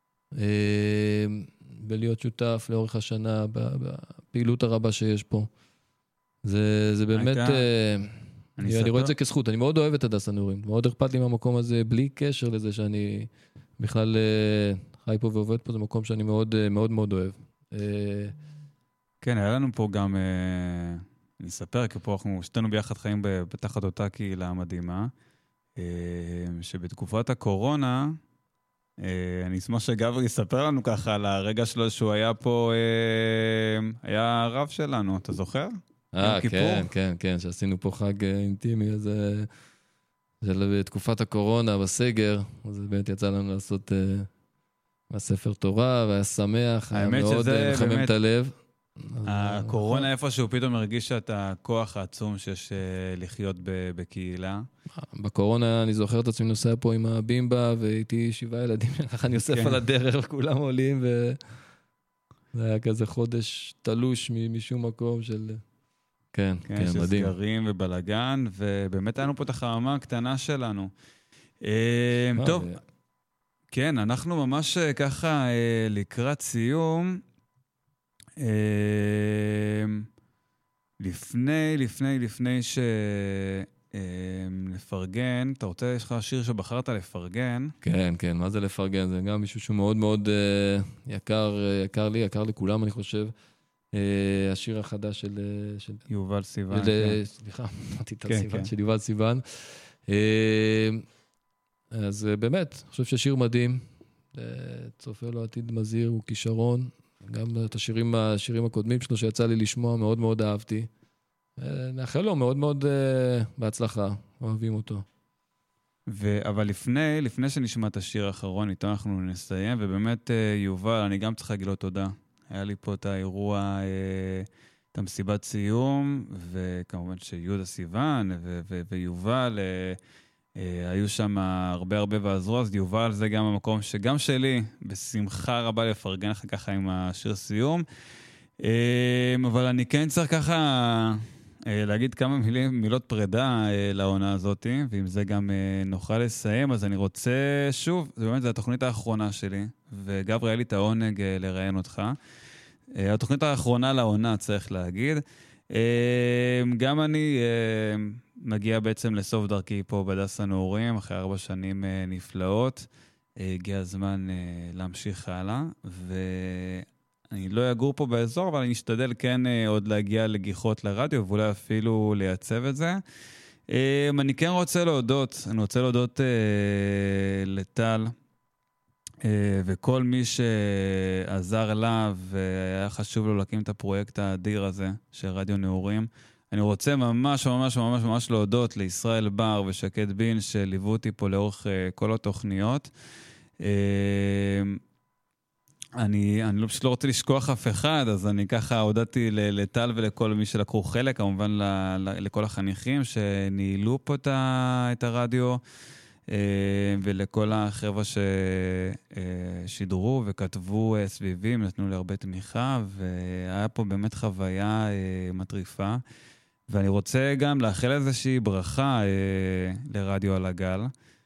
Speaker 6: ולהיות שותף לאורך השנה בפעילות הרבה שיש פה. זה, זה באמת, אני, אני רואה את זה כזכות, אני מאוד אוהב את הדס הנעורים, מאוד אכפת לי מהמקום הזה, בלי קשר לזה שאני בכלל חי פה ועובד פה, זה מקום שאני מאוד מאוד מאוד אוהב.
Speaker 3: כן, היה לנו פה גם, אני אספר, כי פה אנחנו שתינו ביחד חיים בתחת אותה קהילה מדהימה, שבתקופת הקורונה, אני אשמח שגברי יספר לנו ככה על הרגע שלו שהוא היה פה, היה הרב שלנו, אתה זוכר?
Speaker 6: אה, כן, כן, כן, שעשינו פה חג אינטימי, אז בתקופת הקורונה, בסגר, אז באמת יצא לנו לעשות מהספר תורה, והיה שמח, היה מאוד מחמם את הלב.
Speaker 3: הקורונה איפשהו פתאום הרגיש את הכוח העצום שיש לחיות בקהילה.
Speaker 6: בקורונה אני זוכר את עצמי נוסע פה עם הבימבה, והייתי שבעה ילדים, ככה אני אוסף על הדרך, כולם עולים, וזה היה כזה חודש תלוש משום מקום של... כן, כן, מדהים.
Speaker 3: שסגרים ובלגן, ובאמת היינו פה את החממה הקטנה שלנו. טוב, כן, אנחנו ממש ככה לקראת סיום. לפני, לפני, לפני שנפרגן, אתה רוצה, יש לך שיר שבחרת לפרגן?
Speaker 6: כן, כן, מה זה לפרגן? זה גם מישהו שהוא מאוד מאוד יקר, יקר לי, יקר לכולם, אני חושב. השיר החדש של...
Speaker 3: יובל סיוון.
Speaker 6: סליחה, אמרתי את הסיוון של יובל סיוון. אז באמת, אני חושב ששיר מדהים, צופה לו עתיד מזהיר, הוא כישרון, גם את השירים, השירים הקודמים שלו שיצא לי לשמוע, מאוד מאוד אהבתי. נאחל לו מאוד מאוד בהצלחה, אוהבים אותו.
Speaker 3: אבל לפני, לפני שנשמע את השיר האחרון, איתו אנחנו נסיים, ובאמת יובל, אני גם צריך להגיד לו תודה. היה לי פה את האירוע, את המסיבת סיום, וכמובן שיהודה סיוון ויובל, היו שם הרבה הרבה ועזרו, אז יובל זה גם המקום שגם שלי, בשמחה רבה לפרגן לך ככה עם השיר סיום. אבל אני כן צריך ככה להגיד כמה מילים, מילות פרידה לעונה הזאת, ועם זה גם נוכל לסיים, אז אני רוצה, שוב, זה באמת, זה התוכנית האחרונה שלי, וגברי, היה לי את העונג לראיין אותך. התוכנית האחרונה לעונה, צריך להגיד. גם אני מגיע בעצם לסוף דרכי פה בדס הנעורים, אחרי ארבע שנים נפלאות. הגיע הזמן להמשיך הלאה, ואני לא אגור פה באזור, אבל אני אשתדל כן עוד להגיע לגיחות לרדיו, ואולי אפילו לייצב את זה. אני כן רוצה להודות, אני רוצה להודות לטל, וכל מי שעזר לה והיה חשוב לו להקים את הפרויקט האדיר הזה של רדיו נעורים. אני רוצה ממש ממש ממש ממש להודות לישראל בר ושקד בין שליוו אותי פה לאורך כל התוכניות. אני, אני לא, פשוט לא רוצה לשכוח אף אחד, אז אני ככה הודעתי לטל ולכל מי שלקחו חלק, כמובן ל, ל, לכל החניכים שניהלו פה את הרדיו, ולכל החבר'ה ששידרו וכתבו סביבים, נתנו לי הרבה תמיכה, והיה פה באמת חוויה מטריפה. ואני רוצה גם לאחל איזושהי ברכה לרדיו על הגל,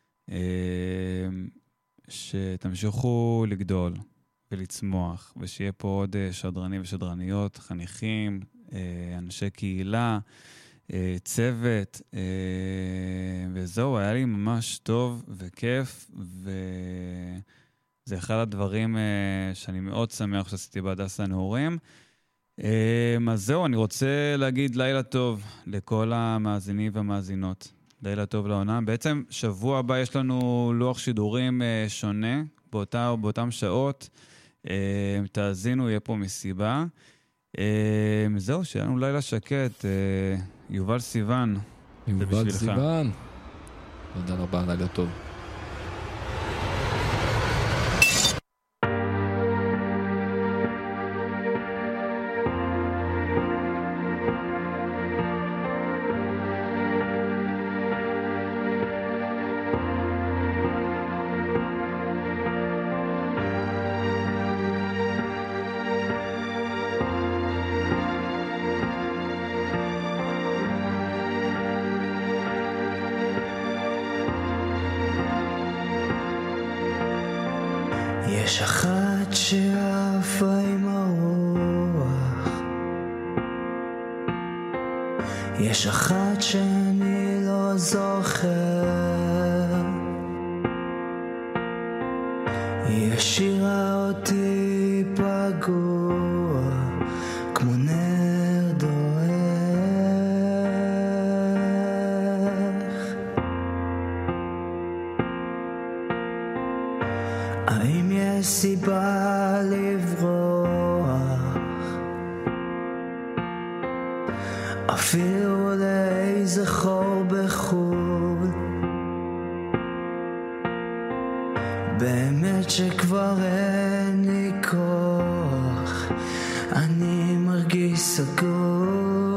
Speaker 3: שתמשיכו לגדול ולצמוח, ושיהיה פה עוד שדרנים ושדרניות, חניכים, אנשי קהילה, צוות, וזהו, היה לי ממש טוב וכיף, וזה אחד הדברים שאני מאוד שמח שעשיתי בהדסה הנעורים. אז זהו, אני רוצה להגיד לילה טוב לכל המאזינים והמאזינות. לילה טוב לעונה. בעצם שבוע הבא יש לנו לוח שידורים שונה, באותה, באותם שעות. תאזינו, יהיה פה מסיבה. זהו, שיהיה לנו לילה שקט. יובל סיוון.
Speaker 6: יובל סיוון. תודה רבה, לילה טוב.
Speaker 10: יש אחת שעפה עם הרוח, יש אחת שאני לא זוכר, היא השאירה אותי פגוע כמו נר דועך. האם יש סיבה לברוח אפילו לאיזה חור בחול? באמת שכבר אין לי כוח, אני מרגיש סגור.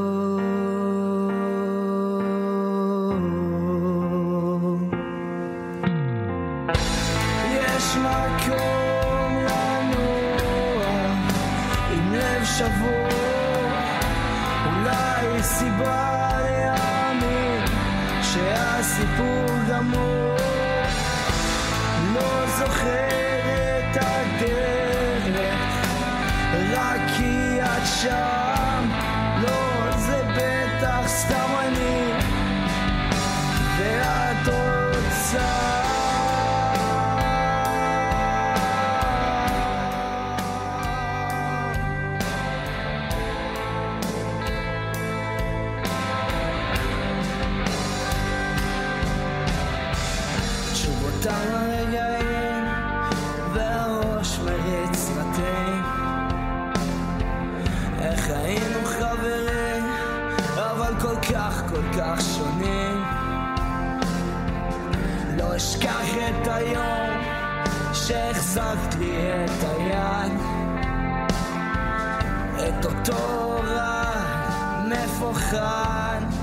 Speaker 10: יש מקום לנוע עם לב שבור, אולי סיבה להאמין שהסיפור גמור. לא זוכר את הדרך רק כי את שם, לא זה בטח סתם אני ואת רוצה. תשובותיי הרגעים והראש מריץ רטים, איך היינו חברים אבל כל כך כל כך שונים. לא אשכח את היום שהחזקת לי את היד, את אותו רע מפוחד